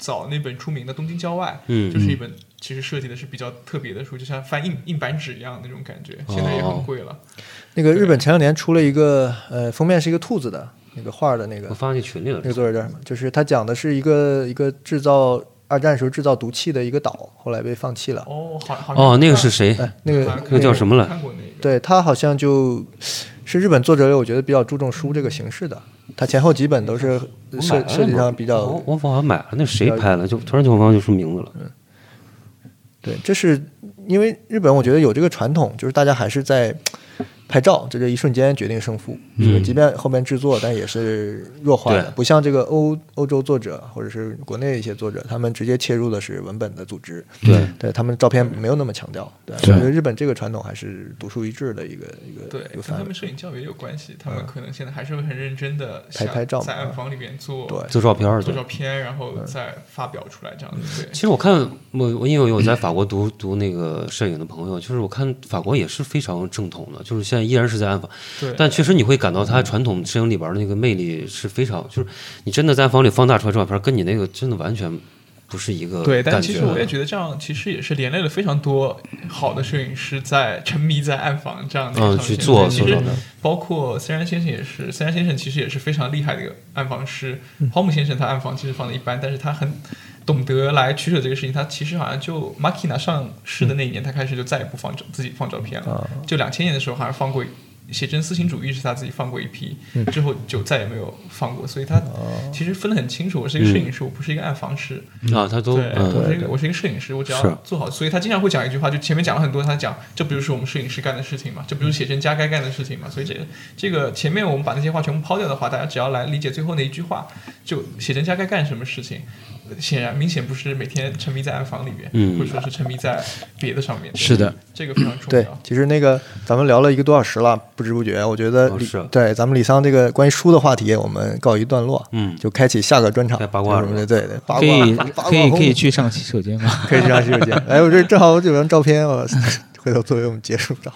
早那本出名的《东京郊外》，就是一本其实设计的是比较特别的书，就像翻硬板纸一样那种感觉，现在也很贵了。 那个日本前2年出了一个封面是一个兔子的那个画的那个， 我发进群里了。 那个作者叫什么？就是他讲的是一个制造2战时候制造毒气的一个岛，后来被放弃了。 那个是谁？ 那个叫什么了？ 对，他好像就是日本作者，我觉得比较注重书这个形式的。他前后几本都是设计上比较。 我好像买了，那谁拍了？就突然就忘就说名字了。 对，这是因为日本，我觉得有这个传统，就是大家还是在拍照，这一瞬间决定胜负。即便后面制作，但也是弱化的，不像这个欧洲作者或者是国内一些作者，他们直接切入的是文本的组织。对，他们照片没有那么强调。对，我觉得日本这个传统还是独树一帜的一个对，跟他们摄影教育也有关系。他们可能现在还是会很认真的拍照， 在暗房里面做照片，然后再发表出来这样子。对， 其实我看我因为我在法国读那个摄影的朋友，就是我看法国也是非常正统的，就是现在依然是在暗房。 对， 但确实你会感到它传统摄影里边的那个魅力是非常，就是你真的在暗房里放大出来照片，跟你那个真的完全不是一个感觉。 对，但其实我也觉得这样其实也是连累了非常多好的摄影师在沉迷在暗房这样的去做。 其实包括森然先生也是，森然先生其实也是非常厉害的一个暗房师。泡木先生他暗房其实放的一般，但是他很懂得来取舍这个事情。他其实好像就 Makina 上市的那一年，他开始就再也不自己放照片了。就2000年的时候好像放过写真私信主义是他自己放过一批，之后就再也没有放过。所以他其实分得很清楚，我是一个摄影师，我不是一个暗房师他都我是一个摄影师，我只要做好。所以他经常会讲一句话，就前面讲了很多，他讲这不就是我们摄影师干的事情嘛，这不就是写真家该干的事情嘛。所以这个前面我们把那些话全部抛掉的话，大家只要来理解最后那一句话，就写真家该干什么事情。明显不是每天沉迷在暗房里面，或者说是沉迷在别的上面。 是的， 这个非常重要。 对，其实那个咱们聊了1个多小时了，不知不觉，我觉得对咱们李桑这个关于书的话题，我们告一段落。就开启下个专场。 八卦什么的，对，八卦可以去上洗手间吗？ 可以去上洗手间。哎，我这正好有张照片，我回头作为我们结束照。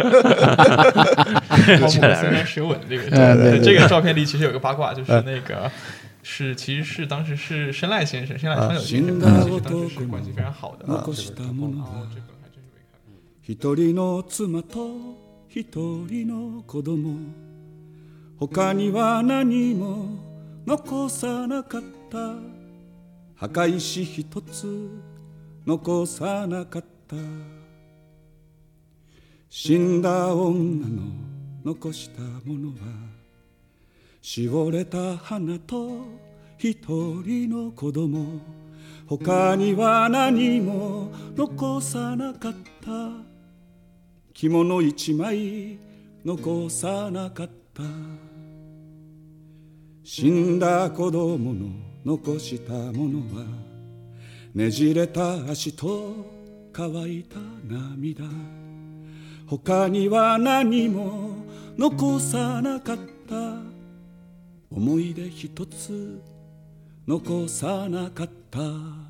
虽然舌吻这个照片里其实有个八卦，就是那个。其实是当时是深濑先生，深濑长久先生，其实当时是关系非常好的。这本还真是没看。 一人の妻と一人の子供、他には何も残さなかった。墓石一つ残さなかった。死んだ女の残したものは。しおれた花と一人の子供、他には何も残さなかった。着物一枚残さなかった。死んだ子供の残したものは、ねじれた足と乾いた涙。他には何も残さなかった。思い出一つ残さなかった。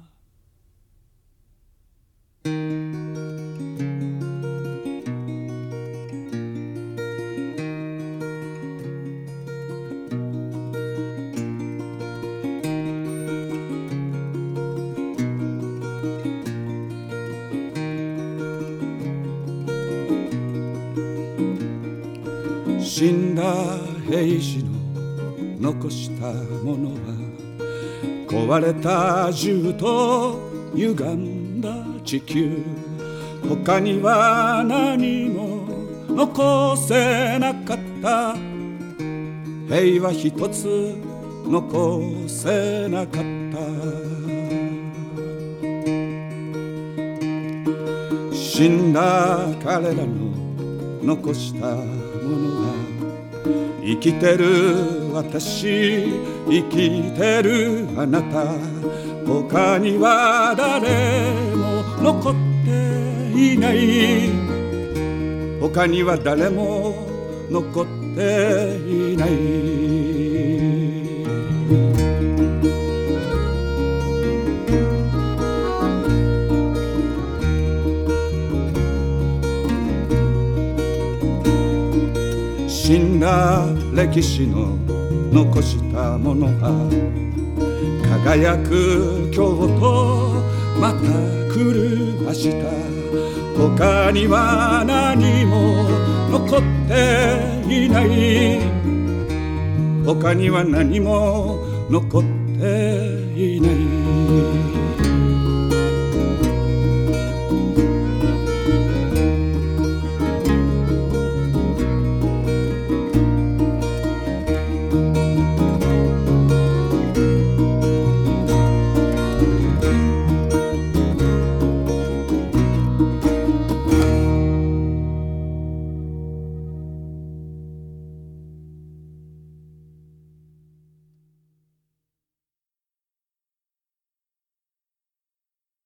死んだ兵士の残したものは、壊れた銃と歪んだ地球。他には何も残せなかった。平和一つ残せなかった。死んだ彼らの残したものは、生きてる私、生きてるあなた、他には誰も残っていない。他には誰も残っていない。死んだ歴史の残したものは、 輝く今日とまた来る明日他には何も残っていない他には何も残っていない